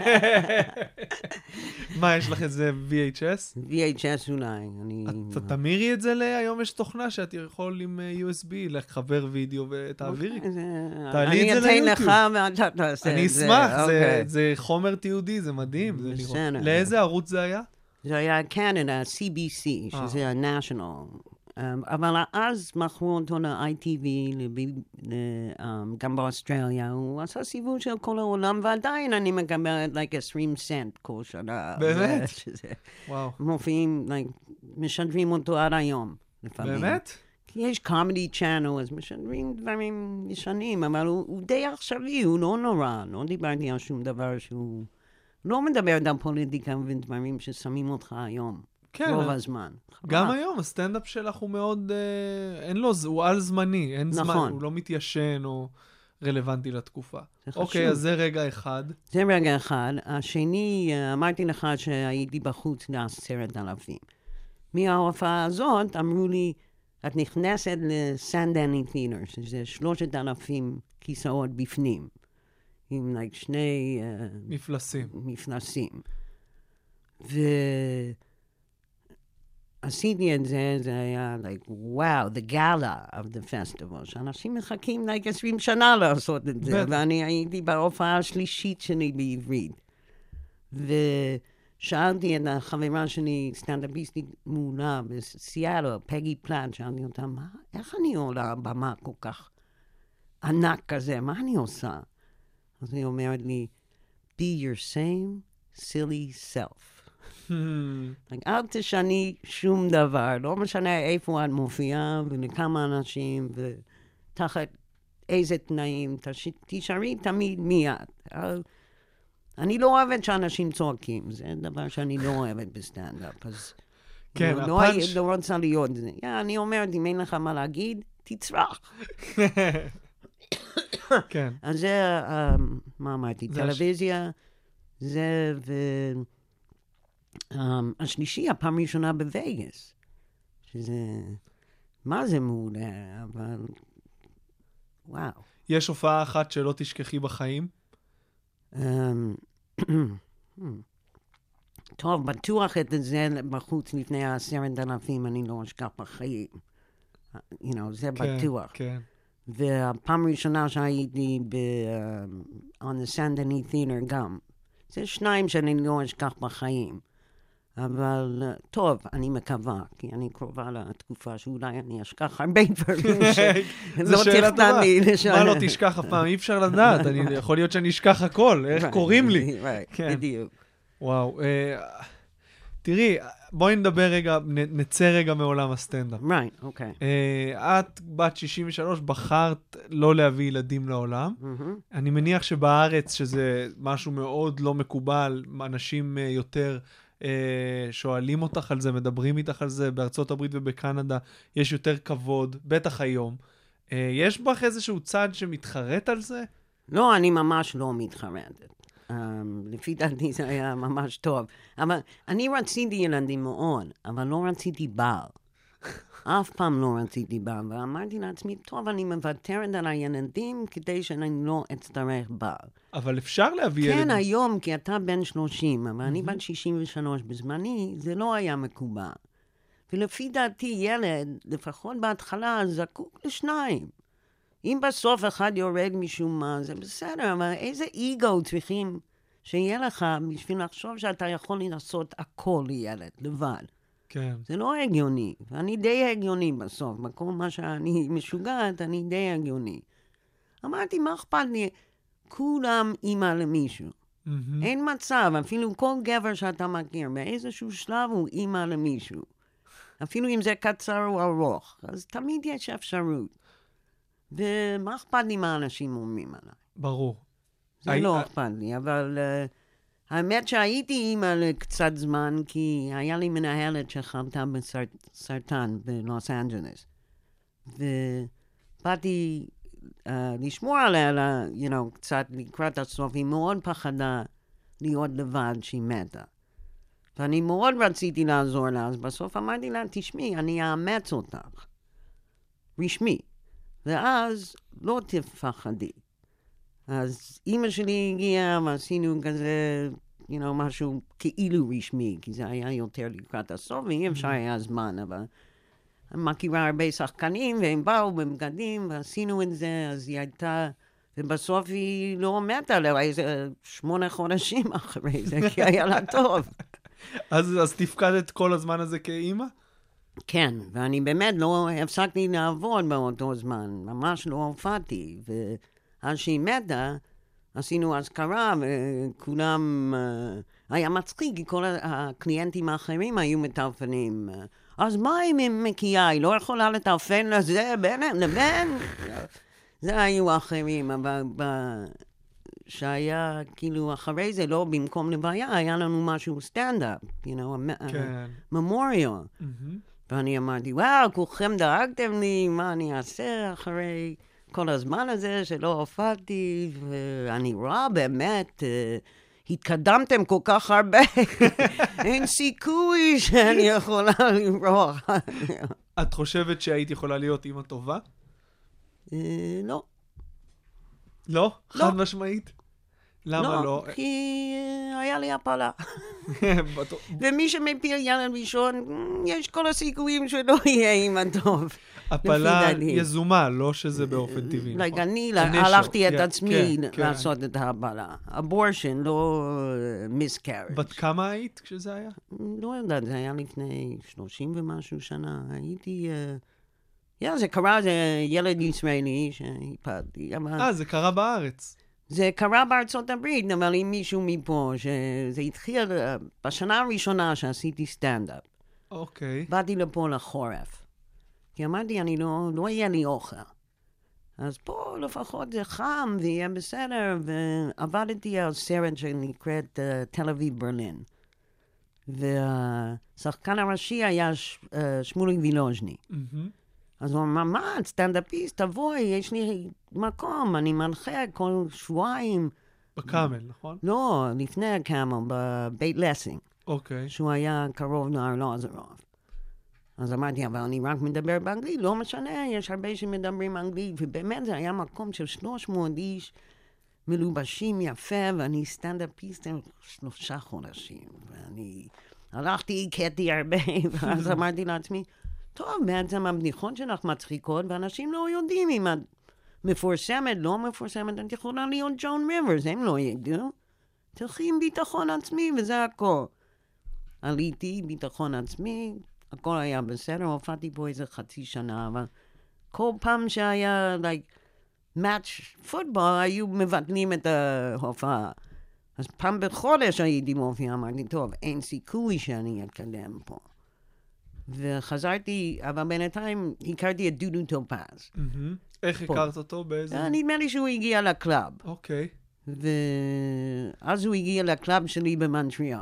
מה, יש לך את זה VHS? VHS אולי. תמירי את זה היום יש תוכנה שאת יכול עם USB לחבר וידאו ותעבירי. תעלי את זה ליוטיוב. אני אתן לך ואתה תעשה את זה. אני אשמח, זה חומר תיעודי, זה מדהים. לאיזה ערוץ זה היה? זה היה קנדה, CBC, שזה ה-National. אבל אז מכרו אותו ל-ITV, גם באוסטרליה, הוא עשה סיבוב של כל העולם, ועדיין אני מקבלת 20 סנט כל שנה. באמת? וואו. מופיעים, משדרים אותו עד היום, לפעמים. באמת? כי יש קומדי צ'אנל, אז משדרים דברים ישנים, אבל הוא די עכשווי, הוא לא נורא. לא דיברתי על שום דבר שהוא... לא מדבר על פוליטיקה ודברים ששמים אותך היום. כן, רוב הזמן. גם היום הסטנדאפ שלך הוא מאוד, אין לו, הוא על זמני, אין זמן, הוא לא מתיישן או רלוונטי לתקופה. אוקיי, אז זה רגע אחד. זה רגע אחד. השני, אמרתי לך שהייתי בחוץ ל10,000. מההופעה הזאת אמרו לי, את נכנסת לסנדני תיאטר, שזה 3,000 כיסאות בפנים, עם 2 מפלסים. עשיתי את זה, זה היה וואו, the gala of the festival, שאנשים מחכים 20 שנה לעשות את זה, ואני הייתי בהופעה השלישית שלי בעברית. ושאלתי את החברה שלי, סטנדאפיסטית מעולה בסיאטל, פגי פלאט, שאלתי אותה, איך אני עולה במה כל כך ענק כזה, מה אני עושה? אז היא אומרת לי, be your same silly self. אל תשני שום דבר, לא משנה איפה את מופיעה ולכמה אנשים ותחת איזה תנאים, תשארי תמיד מי את. אני לא אוהבת שאנשים צועקים, זה דבר שאני לא אוהבת בסטנדאפ, אז כן, לא רוצה להיות זה. אני אומרת, אם אין לך מה להגיד, תצרח. כן. אז זה, מה אמרתי, טלוויזיה, זה השלישי, הפעם ראשונה בווגאס, שזה, מה זה מעולה, אבל, וואו. יש הופעה אחת שלא תשכחי בחיים? טוב, בטוח את זה בחוץ לפני 10,000, אני לא אשכח בחיים. זה בטוח. כן. והפעם הראשונה שהייתי on the Saint-Denis Theater גם. זה שניים שאני לא אשכח בחיים. אבל טוב, אני מקווה, כי אני קרובה לתקופה שאולי אני אשכח הרבה דברים שלא תכנן לי לשאול. מה לא תשכח אף פעם? אי אפשר לדעת, יכול להיות שאני אשכח הכל, איך קוראים לי. בדיוק. וואו, תראי, בואי נדבר רגע, נצא רגע מעולם הסטנדאפ. אוקיי. את בת 63, בחרת לא להביא ילדים לעולם. אני מניח שבארץ, שזה משהו מאוד לא מקובל, אנשים יותר שואלים אותך על זה, מדברים איתך על זה, בארצות הברית ובקנדה יש יותר כבוד, בטח היום. יש בך איזשהו צד שמתחרט על זה? לא, אני ממש לא מתחרטת. לפי דעתי זה היה ממש טוב. אבל אני רציתי ילדים מאוד, אבל לא רציתי בעל. אף פעם לא רציתי בעל, ואמרתי לעצמי, טוב, אני מוותרת על הילדים כדי שאני לא אצטרך בעל. אבל אפשר להביא ילדים. כן, היום, כי אתה בן 30, אבל אני בן 63 בזמני, זה לא היה מקובל. ולפי דעתי, ילד, לפחות בהתחלה, זקוק לשניים. אם בסוף אחד יורד משום מה, זה בסדר, אבל איזה אגו צריכים שיהיה לך בשביל לחשוב שאתה יכול לעשות הכל לילד, לבד. כן. זה לא הגיוני, ואני די הגיוני בסוף. בכל מה שאני משוגעת, אני די הגיוני. אמרתי, מה אכפת לי? כולם אימא למישהו. אין מצב, אפילו כל גבר שאתה מכיר, באיזשהו שלב הוא אימא למישהו. אפילו אם זה קצר או ארוך. אז תמיד יש אפשרות. ומה אכפת לי מה אנשים אומרים עליי? ברור. זה לא אכפת לי, אבל האמת שהייתי אימא לקצת זמן, כי היה לי מנהלת שחלתה בסרטן בלוס אנג'לס. ובאתי לשמור עליה, קצת לקראת הסוף, היא מאוד פחדה להיות לבד שהיא מתה. ואני מאוד רציתי לעזור לה, אז בסוף אמרתי לה, תשמעי, אני אאמץ אותך. רשמי. ואז לא תפחדי. אז אמא שלי הגיעה, ועשינו כזה, משהו כאילו רשמי, כי זה היה יותר לקראת הסוף, ואי אפשר היה זמן, אבל אני מכירה הרבה שחקנים, והם באו במגדים, ועשינו את זה, אז היא הייתה, ובסוף היא לא מתה לה, איזה 8 חודשים אחרי זה, כי היה לה טוב. אז תפקדת כל הזמן הזה כאימא? כן, ואני באמת לא הפסקתי לעבוד באותו זמן, ממש לא הופעתי, ואז שהיא מתה, עשינו אזכרה, וכולם, היה מצחיק, כי כל הקליינטים האחרים היו מטלפנים, אז מה אם היא מקיאה, היא לא יכולה לטלפן לזה, לבן? זה היו אחרים, אבל שהיה כאילו אחרי זה, לא במקום לבעיה, היה לנו משהו סטנדאפ, ממוריאל. ואני אמרתי, וואו, כולכם דאגתם לי, מה אני אעשה אחרי כל הזמן הזה שלא הופעתי, ואני רואה באמת, התקדמתם כל כך הרבה, אין סיכוי שאני יכולה לברוח. את חושבת שהיית יכולה להיות אמא טובה? לא. לא? חד משמעית? למה לא? לא, כי היה לי הפלה. ומי שמפיל ילד ראשון, יש כל הסיכויים שלא יהיה אימא טוב. הפלה יזומה, לא שזה באופן טבעי. אני הלכתי את עצמי לעשות את ההפלה. אבורשן, לא מיסקארג'. בת כמה היית כשזה היה? לא יודעת, זה היה לפני 30 ומשהו שנה. הייתי... זה קרה, זה ילד ישראלי שהפלתי. זה קרה בארץ. זה קרה בארצות הברית, אבל עם מישהו מפה, שזה התחיל בשנה הראשונה שעשיתי סטנדאפ. אוקיי. באתי לפה לחורף. כי אמרתי, לא יהיה לי אוכל. אז פה לפחות זה חם ויהיה בסדר, ועבדתי על סרט שנקראת תל אביב ברלין. והשחקן הראשי היה שמוליק וילוז'ני. אז הוא אמר, מה, סטנדאפיסט, תבואי, יש לי מקום, אני מנחה כל שבועיים. בקאמל, נכון? לא, לפני הקאמל, בבית לסינג. אוקיי. שהוא היה קרוב לארלוזורוב. אז אמרתי, אבל אני רק מדבר באנגלית, לא משנה, יש הרבה שמדברים אנגלית, ובאמת זה היה מקום של 300 איש, מלובשים יפה, ואני סטנדאפיסט 3 חודשים, ואני הלכתי, הכיתי הרבה, ואז אמרתי לעצמי, טוב, בעצם הבדיחות שלך מצחיקות, ואנשים לא יודעים אם את מפורסמת, לא מפורסמת, את יכולה להיות ג'ון ריברס, הם לא ידעו. תלכי עם ביטחון עצמי, וזה הכל. עליתי, ביטחון עצמי, הכל היה בסדר, הופעתי פה איזה חצי שנה, אבל כל פעם שהיה, match פוטבול, היו מבטלים את ההופעה. אז פעם בחודש הייתי מופיע, אמרתי, טוב, אין סיכוי שאני אתקדם פה. וחזרתי, אבל בינתיים הכרתי את דודו טופז. איך הכרת אותו? באיזה? נדמה לי שהוא הגיע לקלאב. אוקיי. ואז הוא הגיע לקלאב שלי במונטריאל,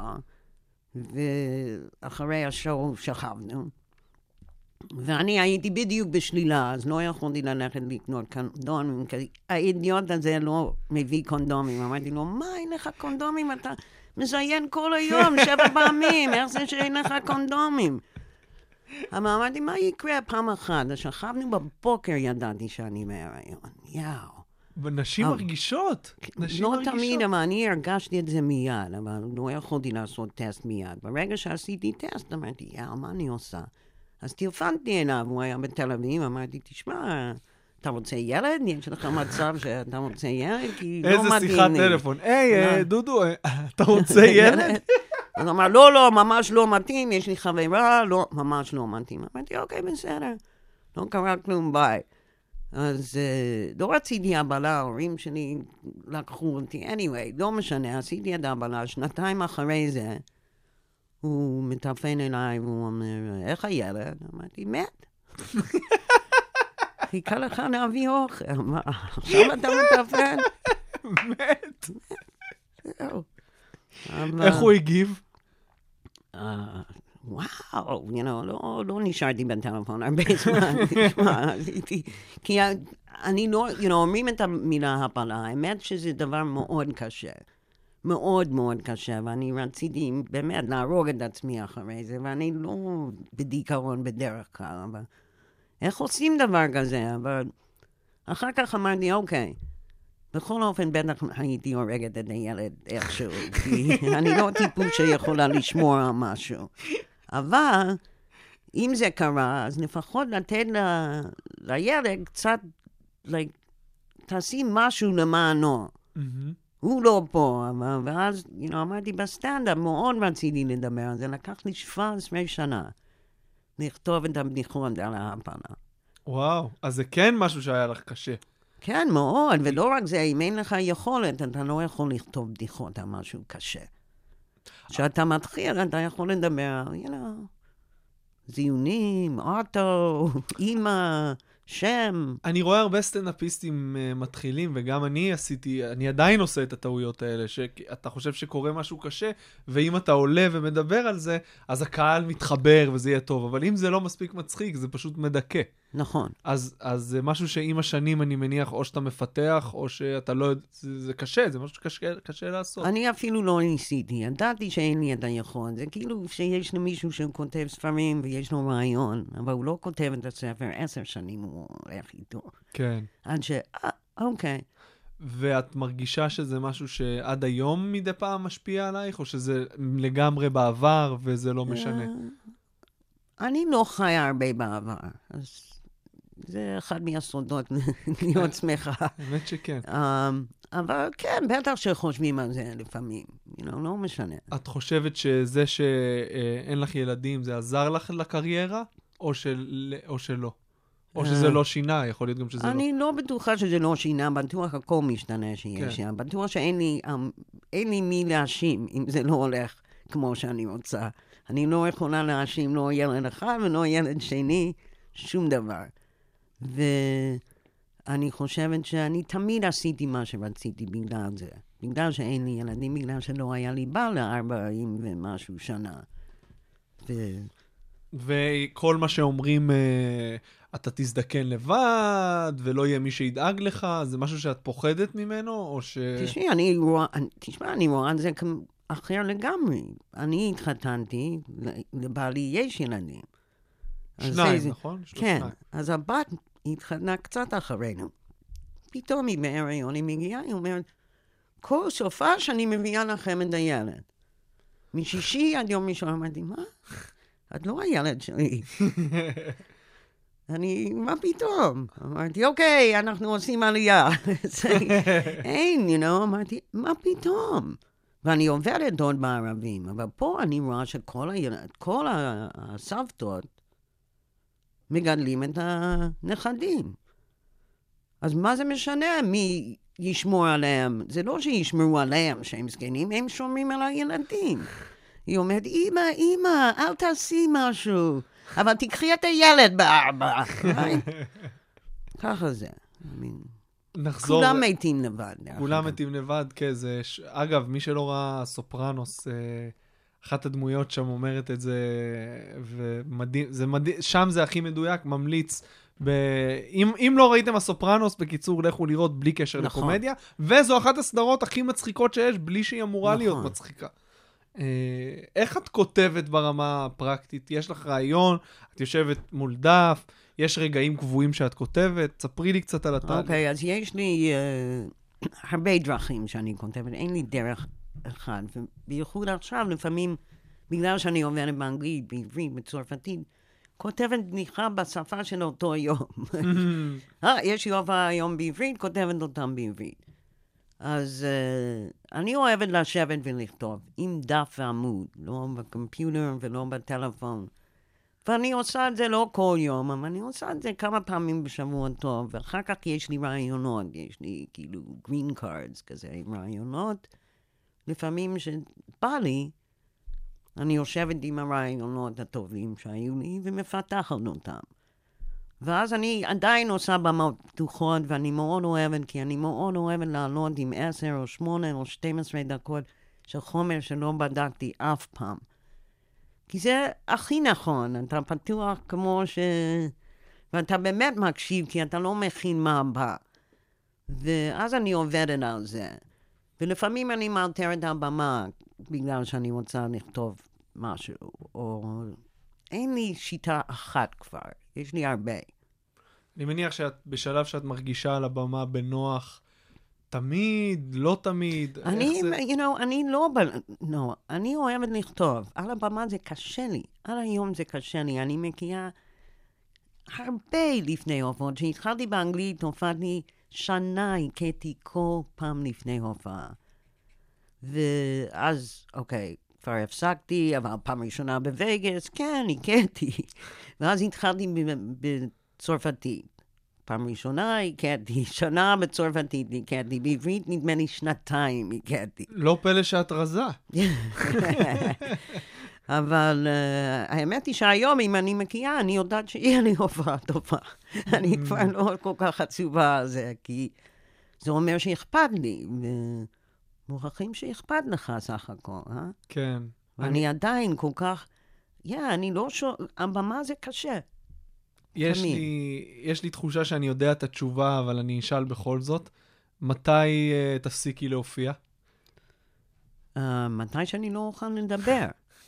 ואחרי השואו שכבנו. ואני הייתי בדיוק בשלילה, אז לא יכולתי ללכת לקנות קונדומים, כי האידיוט הזה לא מביא קונדומים. אמרתי לו, מה, אין לך קונדומים? אתה מזיין כל היום, 7 פעמים, איך זה שאין לך קונדומים? אבל אמרתי, מה יקרה פעם אחת? אז שכבנו בבוקר, ידעתי שאני בהיריון. יאו. ונשים מרגישות. לא תמיד, אבל אני הרגשתי את זה מיד, אבל לא יכולתי לעשות טסט מיד. ברגע שעשיתי טסט, אמרתי, יאו, מה אני עושה? אז טלפנתי אליו, הוא היה בתל אביב, אמרתי, תשמע, אתה רוצה ילד? יש לך מצב שאתה רוצה ילד? איזה שיחת טלפון. היי, דודו, אתה רוצה ילד? אז הוא אמר, לא, ממש לא מתאים, יש לי חברה, לא, ממש לא מתאים. אמרתי, אוקיי, בסדר, לא קרה כלום, ביי. אז לא רציתי הבלה, ההורים שלי לקחו אותי, anyway, לא משנה, עשיתי את הבלה, 2 אחרי זה, הוא מטלפן אליי, והוא אומר, איך הילד? אמרתי, מת. חיכה לך להביא אוכל. עכשיו אתה מטלפן? מת. איך הוא הגיב? וואו, לא נשארתי בטלפון הרבה זמן. כי אני לא, אומרים את המילה הפלה, האמת שזה דבר מאוד קשה. מאוד מאוד קשה, ואני רציתי באמת להרוג את עצמי אחרי זה, ואני לא בדיכאון בדרך כלל, אבל איך עושים דבר כזה? אבל אחר כך אמרתי, אוקיי, בכל אופן בטח הייתי הורגת את הילד איכשהו, כי אני לא טיפוס שיכולה לשמור על משהו. אבל אם זה קרה, אז לפחות לתת לילד קצת, תעשי משהו למענו. הוא לא פה, ואז, אמרתי בסטנדאפ, מאוד רציתי לדבר על זה, לקח לי 17 שנה לכתוב את הבדיחות על ההפלה. וואו, אז זה כן משהו שהיה לך קשה. כן, מאוד, ולא רק זה, אם אין לך יכולת, אתה לא יכול לכתוב בדיחות על משהו קשה. כשאתה מתחיל, אתה יכול לדבר, זיונים, אוטו, אמא, שם. אני רואה הרבה סטנדאפיסטים מתחילים, וגם אני עדיין עושה את הטעויות האלה, שאתה חושב שקורה משהו קשה, ואם אתה עולה ומדבר על זה, אז הקהל מתחבר וזה יהיה טוב, אבל אם זה לא מספיק מצחיק, זה פשוט מדכא. נכון. אז זה משהו שעם השנים אני מניח, או שאתה מפתח, או שאתה לא, זה קשה, זה משהו שקשה לעשות. אני אפילו לא ניסיתי, ידעתי שאין לי את היכולת, זה כאילו שיש למישהו שכותב ספרים ויש לו רעיון, אבל הוא לא כותב את הספר 10 שנים, הוא הולך איתו. כן. עד אוקיי. ואת מרגישה שזה משהו שעד היום מדי פעם משפיע עלייך, או שזה לגמרי בעבר וזה לא משנה? אני לא חיה הרבה בעבר, אז זה אחד מהסודות להיות שמחה. האמת שכן. אבל כן, בטח שחושבים על זה לפעמים, לא משנה. את חושבת שזה שאין לך ילדים, זה עזר לך לקריירה, או שלא? או שזה לא שינה, יכול להיות גם שזה לא. אני לא בטוחה שזה לא שינה, בטוח הכל משתנה שיש שם. בטוח שאין לי מי להאשים אם זה לא הולך כמו שאני רוצה. אני לא יכולה להאשים לא ילד אחד ולא ילד שני, שום דבר. ואני חושבת שאני תמיד עשיתי מה שרציתי בגלל זה. בגלל שאין לי ילדים, בגלל שלא היה לי בעל 40 ומשהו שנה. וכל מה שאומרים, אתה תזדקן לבד, ולא יהיה מי שידאג לך, זה משהו שאת פוחדת ממנו, או ש... תשמע, אני רואה את זה אחר לגמרי. אני התחתנתי, לבעלי יש ילדים. 2, נכון? כן, אז הבת התחתנה קצת אחרינו. פתאום היא בהיריון, היא מגיעה, היא אומרת, כל סופה שאני מביאה לכם את הילד. משישי עד יום ראשון, אמרתי, מה? את לא הילד שלי. מה פתאום? אמרתי, אוקיי, אנחנו עושים עלייה. אין, אמרתי, מה פתאום? ואני עובדת עוד בערבים, אבל פה אני רואה שכל הסבתות מגדלים את הנכדים. אז מה זה משנה מי ישמור עליהם? זה לא שישמרו עליהם שהם זקנים, הם שומרים על הילדים. היא אומרת, אמא, אל תעשי משהו, אבל תקחי את הילד בארבע. ככה זה. נחזור... כולם מתים לבד. כולם מתים לבד, כן. אגב, מי שלא ראה סופרנוס, אחת הדמויות שם אומרת את זה, ומדהים, שם זה הכי מדויק, ממליץ. אם לא ראיתם הסופרנוס, בקיצור, לכו לראות בלי קשר לקומדיה, וזו אחת הסדרות הכי מצחיקות שיש, בלי שהיא אמורה להיות מצחיקה. איך את כותבת ברמה הפרקטית? יש לך רעיון, את יושבת מול דף, יש רגעים קבועים שאת כותבת, ספרי לי קצת על התהליך. אוקיי, אז יש לי הרבה דרכים שאני כותבת, אין לי דרך אחד, ובייחוד עכשיו, לפעמים, בגלל שאני עובדת באנגלית, בעברית, בצרפתית, כותבת בדיחה בשפה של אותו יום. יש לי הופעה היום בעברית, כותבת אותם בעברית. אז אני אוהבת לשבת ולכתוב, עם דף ועמוד, לא בקומפיוטר ולא בטלפון. ואני עושה את זה לא כל יום, אבל אני עושה את זה כמה פעמים בשבוע טוב, ואחר כך יש לי רעיונות, יש לי כאילו green cards כזה, עם רעיונות. לפעמים שבא לי, אני יושבת עם הרעיונות הטובים שהיו לי, ומפתחת אותם. ואז אני עדיין עושה במות פתוחות, ואני מאוד אוהבת, כי אני מאוד אוהבת לעלות עם 10 או 8 או 12 דקות של חומר שלא בדקתי אף פעם. כי זה הכי נכון, אתה פתוח כמו ואתה באמת מקשיב, כי אתה לא מכין מה הבא. ואז אני עובדת על זה. ולפעמים אני מאלתרת על במה, בגלל שאני רוצה לכתוב משהו, או... אין לי שיטה אחת כבר, יש לי הרבה. אני מניח שאת בשלב שאת מרגישה על הבמה בנוח, תמיד, לא תמיד, אני אוהבת לכתוב. על הבמה זה קשה לי, על היום זה קשה לי. אני מגיעה הרבה לפני הופעות. כשהתחלתי באנגלית, הופעתי שנה, הכיתי כל פעם לפני הופעה. ואז, אוקיי, כבר הפסקתי, אבל פעם ראשונה בווגאס, כן, הכיתי. ואז התחלתי בצרפתית. פעם ראשונה הכיתי, שנה בצרפתית הכיתי, בעברית נדמה לי שנתיים הכיתי. לא פלא שאת רזה. אבל האמת היא שהיום, אם אני מגיעה, אני יודעת שיהיה לי הופעה טובה. אני כבר לא כל כך עצובה על זה, כי זה אומר שאכפת לי, ומוכרחים שאכפת לך סך הכל, אה? כן. אני עדיין כל כך, אני לא הבמה זה קשה. יש לי תחושה שאני יודע את התשובה, אבל אני אשאל בכל זאת. מתי תפסיקי להופיע? מתי שאני לא אוכל לדבר.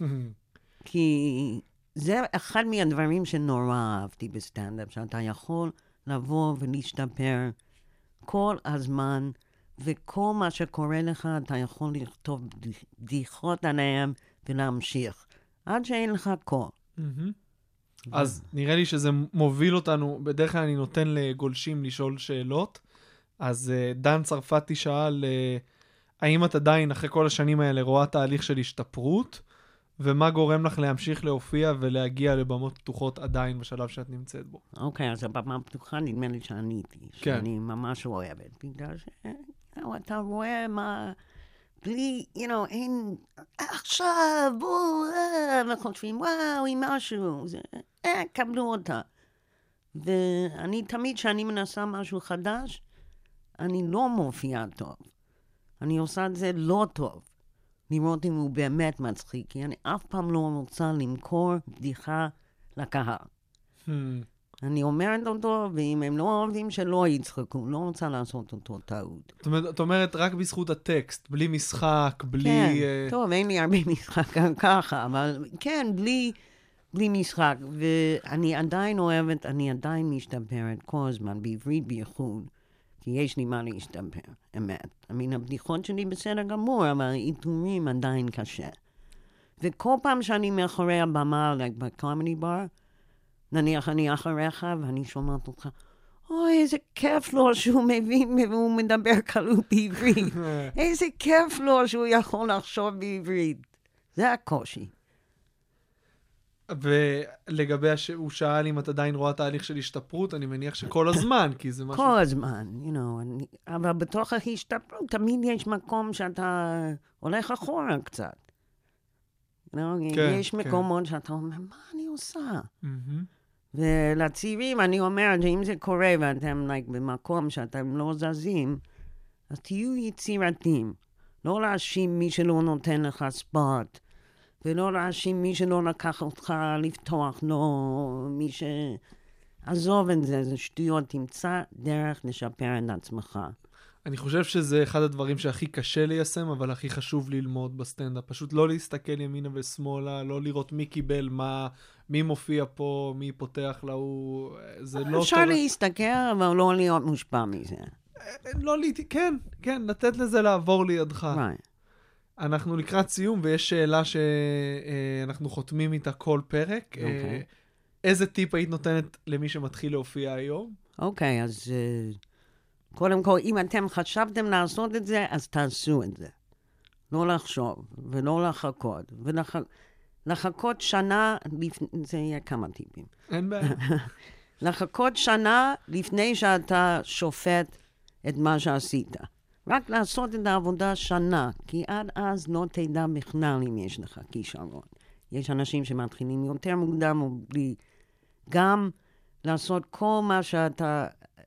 כי זה אחד מהדברים שנורא אהבתי בסטנדאפ, שאתה יכול לבוא ולהשתפר כל הזמן, וכל מה שקורה לך, אתה יכול לכתוב בדיחות עליהם ולהמשיך, עד שאין לך קול. אז נראה לי שזה מוביל אותנו, בדרך כלל אני נותן לגולשים לשאול שאלות, אז דן צרפתי שאל, האם את עדיין אחרי כל השנים האלה רואה תהליך של השתפרות, ומה גורם לך להמשיך להופיע ולהגיע לבמות פתוחות עדיין בשלב שאת נמצאת בו? אוקיי, אז הבמה פתוחה נדמה לי שעניתי, שאני ממש אוהבת, בגלל שאתה רואה מה... בלי, אין, עכשיו, בואו, וחושבים, וואו, עם משהו, קבלו אותה. ואני תמיד, כשאני מנסה משהו חדש, אני לא מופיעה טוב. אני עושה את זה לא טוב. לראות אם הוא באמת מצחיק, כי אני אף פעם לא רוצה למכור בדיחה לקהל. אני אומרת אותו, ואם הם לא אוהבים שלא יצחקו, לא רוצה לעשות אותו טעות. זאת אומרת, רק בזכות הטקסט, בלי משחק, בלי... כן, טוב, אין לי הרבה משחק ככה, אבל כן, בלי משחק. ואני עדיין אוהבת, אני עדיין משתפרת כל הזמן, בעברית בייחוד, כי יש לי מה להשתפר, אמת. הבדיחות שלי בסדר גמור, אבל העיטורים עדיין קשה. וכל פעם שאני מאחורי הבמה, בקומדי בר, נניח אני אחריך ואני שומעת אותך, אוי, איזה כיף לו שהוא מבין והוא מדבר קלות בעברית. איזה כיף לו שהוא יכול לחשוב בעברית. זה הקושי. ולגבי הוא שאל אם את עדיין רואה תהליך של השתפרות, אני מניח שכל הזמן, כי זה משהו... כל הזמן, אבל בתוך ההשתפרות תמיד יש מקום שאתה הולך אחורה קצת. יש מקומות שאתה אומר, מה אני עושה? ולצעירים אני אומרת שאם זה קורה ואתם במקום שאתם לא זזים, אז תהיו יצירתיים. לא להאשים מי שלא נותן לך ספוט, ולא להאשים מי שלא לקח אותך לפתוח, לא מי ש... עזוב את זה, זה שטויות, תמצא דרך לשפר את עצמך. אני חושב שזה אחד הדברים שהכי קשה ליישם, אבל הכי חשוב ללמוד בסטנדאפ. פשוט לא להסתכל ימינה ושמאלה, לא לראות מי קיבל מה, מי מופיע פה, מי פותח להוא, זה לא... אפשר להסתכל, אבל לא להיות מושפע מזה. לא, כן, לתת לזה לעבור לידך. אנחנו לקראת סיום, ויש שאלה שאנחנו חותמים איתה כל פרק. איזה טיפ היית נותנת למי שמתחיל להופיע היום? אוקיי, אז קודם כל, אם אתם חשבתם לעשות את זה, אז תעשו את זה. לא לחשוב, ולא לחכות. לחכות שנה, זה יהיה כמה טיפים. אין בעיה. לחכות שנה לפני שאתה שופט את מה שעשית. רק לעשות את העבודה שנה, כי עד אז לא תדע בכלל אם יש לך כישרון. יש אנשים שמתחילים יותר מוקדם או בלי. גם לעשות כל מה שאתה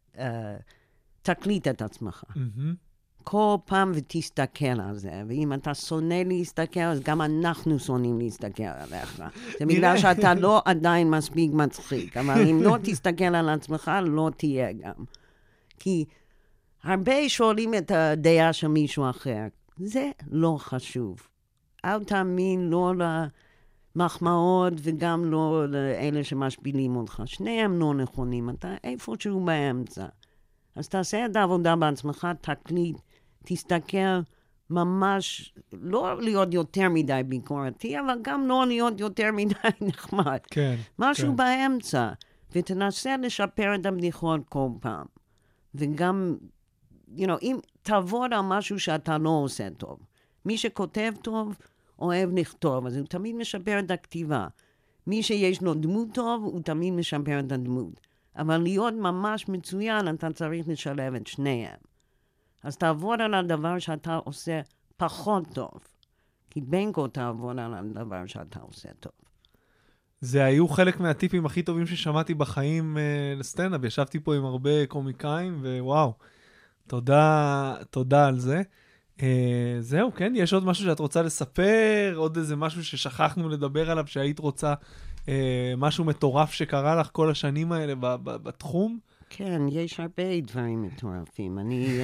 תקליט את עצמך. כל פעם ותסתכל על זה. ואם אתה שונא להסתכל, אז גם אנחנו שונאים להסתכל עליך. זה בגלל שאתה לא עדיין מספיק מצחיק. אבל אם לא תסתכל על עצמך, לא תהיה גם. כי הרבה שואלים את הדעה של מישהו אחר. זה לא חשוב. אל תאמין לא למחמאות וגם לא לאלה שמשפילים אותך. שניהם לא נכונים. אתה איפשהו באמצע. אז תעשה את העבודה בעצמך, תקליט, תסתכל ממש, לא להיות יותר מדי ביקורתי, אבל גם לא להיות יותר מדי נחמד. כן. משהו באמצע. ותנסה לשפר את הבדיחות כל פעם. וגם, אם תעבוד על משהו שאתה לא עושה טוב. מי שכותב טוב, אוהב לכתוב, אז הוא תמיד משפר את הכתיבה. מי שיש לו דמות טוב, הוא תמיד משפר את הדמות. אבל להיות ממש מצוין, אתה צריך לשלב את שניהם. אז תעבוד על הדבר שאתה עושה פחות טוב. כי בין כה תעבוד על הדבר שאתה עושה טוב. זה היו חלק מהטיפים הכי טובים ששמעתי בחיים לסטנדאפ. ישבתי פה עם הרבה קומיקאים, ווואו, תודה על זה. זהו, כן? יש עוד משהו שאת רוצה לספר? עוד איזה משהו ששכחנו לדבר עליו, שהיית רוצה משהו מטורף שקרה לך כל השנים האלה בתחום? כן, יש הרבה דברים מטורפים. אני,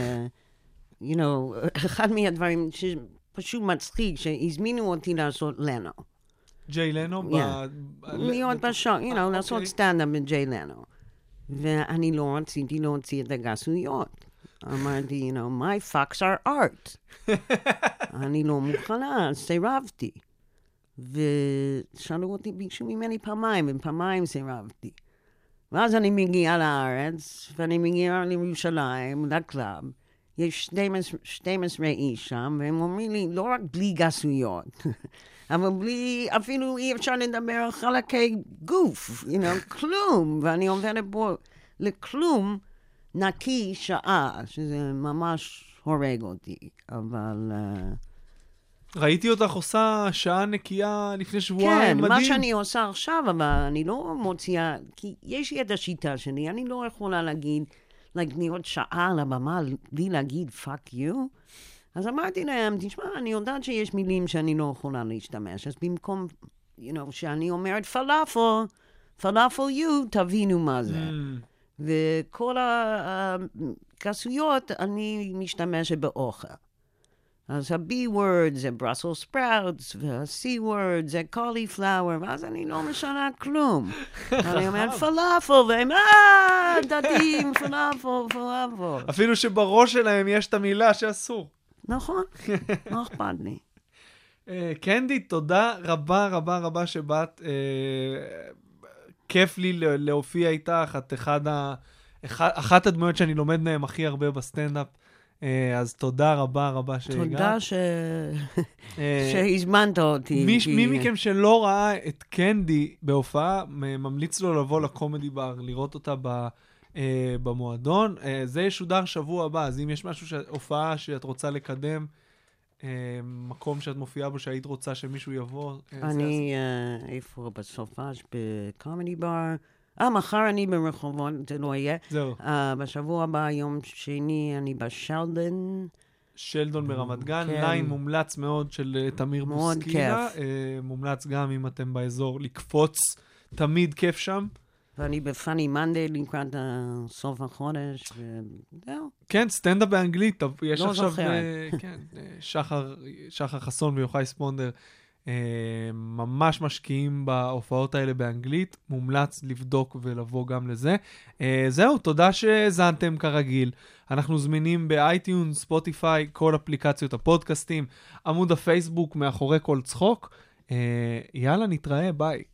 אחד מהדברים שפשוט מצחיק, שהזמינו אותי לעשות לנו. ג'יי לנו? להיות בשוק, לעשות סטנדאפ בג'יי לנו. ואני לא רציתי להוציא את הגסויות. אמרתי, my fucks are art. אני לא מוכנה, סירבתי. ושאלו אותי, ביקשו ממני פעמיים, ופעמיים סירבתי. ואז אני מגיעה לארץ, ואני מגיעה לירושלים, לקלאב. יש 12 איש שם, והם אומרים לי, לא רק בלי גסויות, אבל בלי, אפילו אי אפשר לדבר על חלקי גוף, כלום. ואני עובדת פה לכלום, נקי שעה, שזה ממש הורג אותי, אבל... ראיתי אותך עושה שעה נקייה לפני שבועיים, מדהים. כן, מה שאני עושה עכשיו, אבל אני לא מוציאה, כי יש לי את השיטה שלי, אני לא יכולה להגיד, להיות שעה על הבמה, בלי להגיד fuck you. אז אמרתי להם, תשמע, אני יודעת שיש מילים שאני לא יכולה להשתמש, אז במקום, שאני אומרת פלאפל you, תבינו מה זה. וכל הכסויות אני משתמשת באוכל. אז ה-B-word זה Brussels sprouts, וה-C-word זה cauliflower, ואז אני לא משנה כלום. אני אומרת פלאפל, והם, דתיים, פלאפל. אפילו שבראש שלהם יש את המילה שאסור. נכון, לא אכפת לי. קנדי, תודה רבה רבה רבה שבאת. כיף לי להופיע איתך. את אחת הדמויות שאני לומד מהם הכי הרבה בסטנדאפ. אז תודה רבה רבה שהגעת. תודה שהזמנת אותי. מי מכם שלא ראה את קנדי בהופעה, ממליץ לו לבוא לקומדי בר, לראות אותה במועדון. זה ישודר שבוע הבא, אז אם יש הופעה שאת רוצה לקדם, מקום שאת מופיעה בו שהיית רוצה שמישהו יבוא. אני איפה בסופש בקומדי בר. מחר אני ברחובות, זה לא יהיה. זהו. בשבוע הבא, יום שני, אני בשלדון. שלדון ברמת גן, ליין מומלץ מאוד של תמיר בוסקילה. מומלץ גם אם אתם באזור לקפוץ, תמיד כיף שם. ואני בפאני מנדי לקראת סוף החודש, וזהו. כן, סטנדאפ באנגלית, יש לא עכשיו, זוכרת. כן, שחר חסון ויוחאי ספונדר, ממש משקיעים בהופעות האלה באנגלית, מומלץ לבדוק ולבוא גם לזה. זהו, תודה שהזנתם כרגיל. אנחנו זמינים באייטיונס, ספוטיפיי, כל אפליקציות הפודקאסטים, עמוד הפייסבוק מאחורי כל צחוק. יאללה, נתראה, ביי.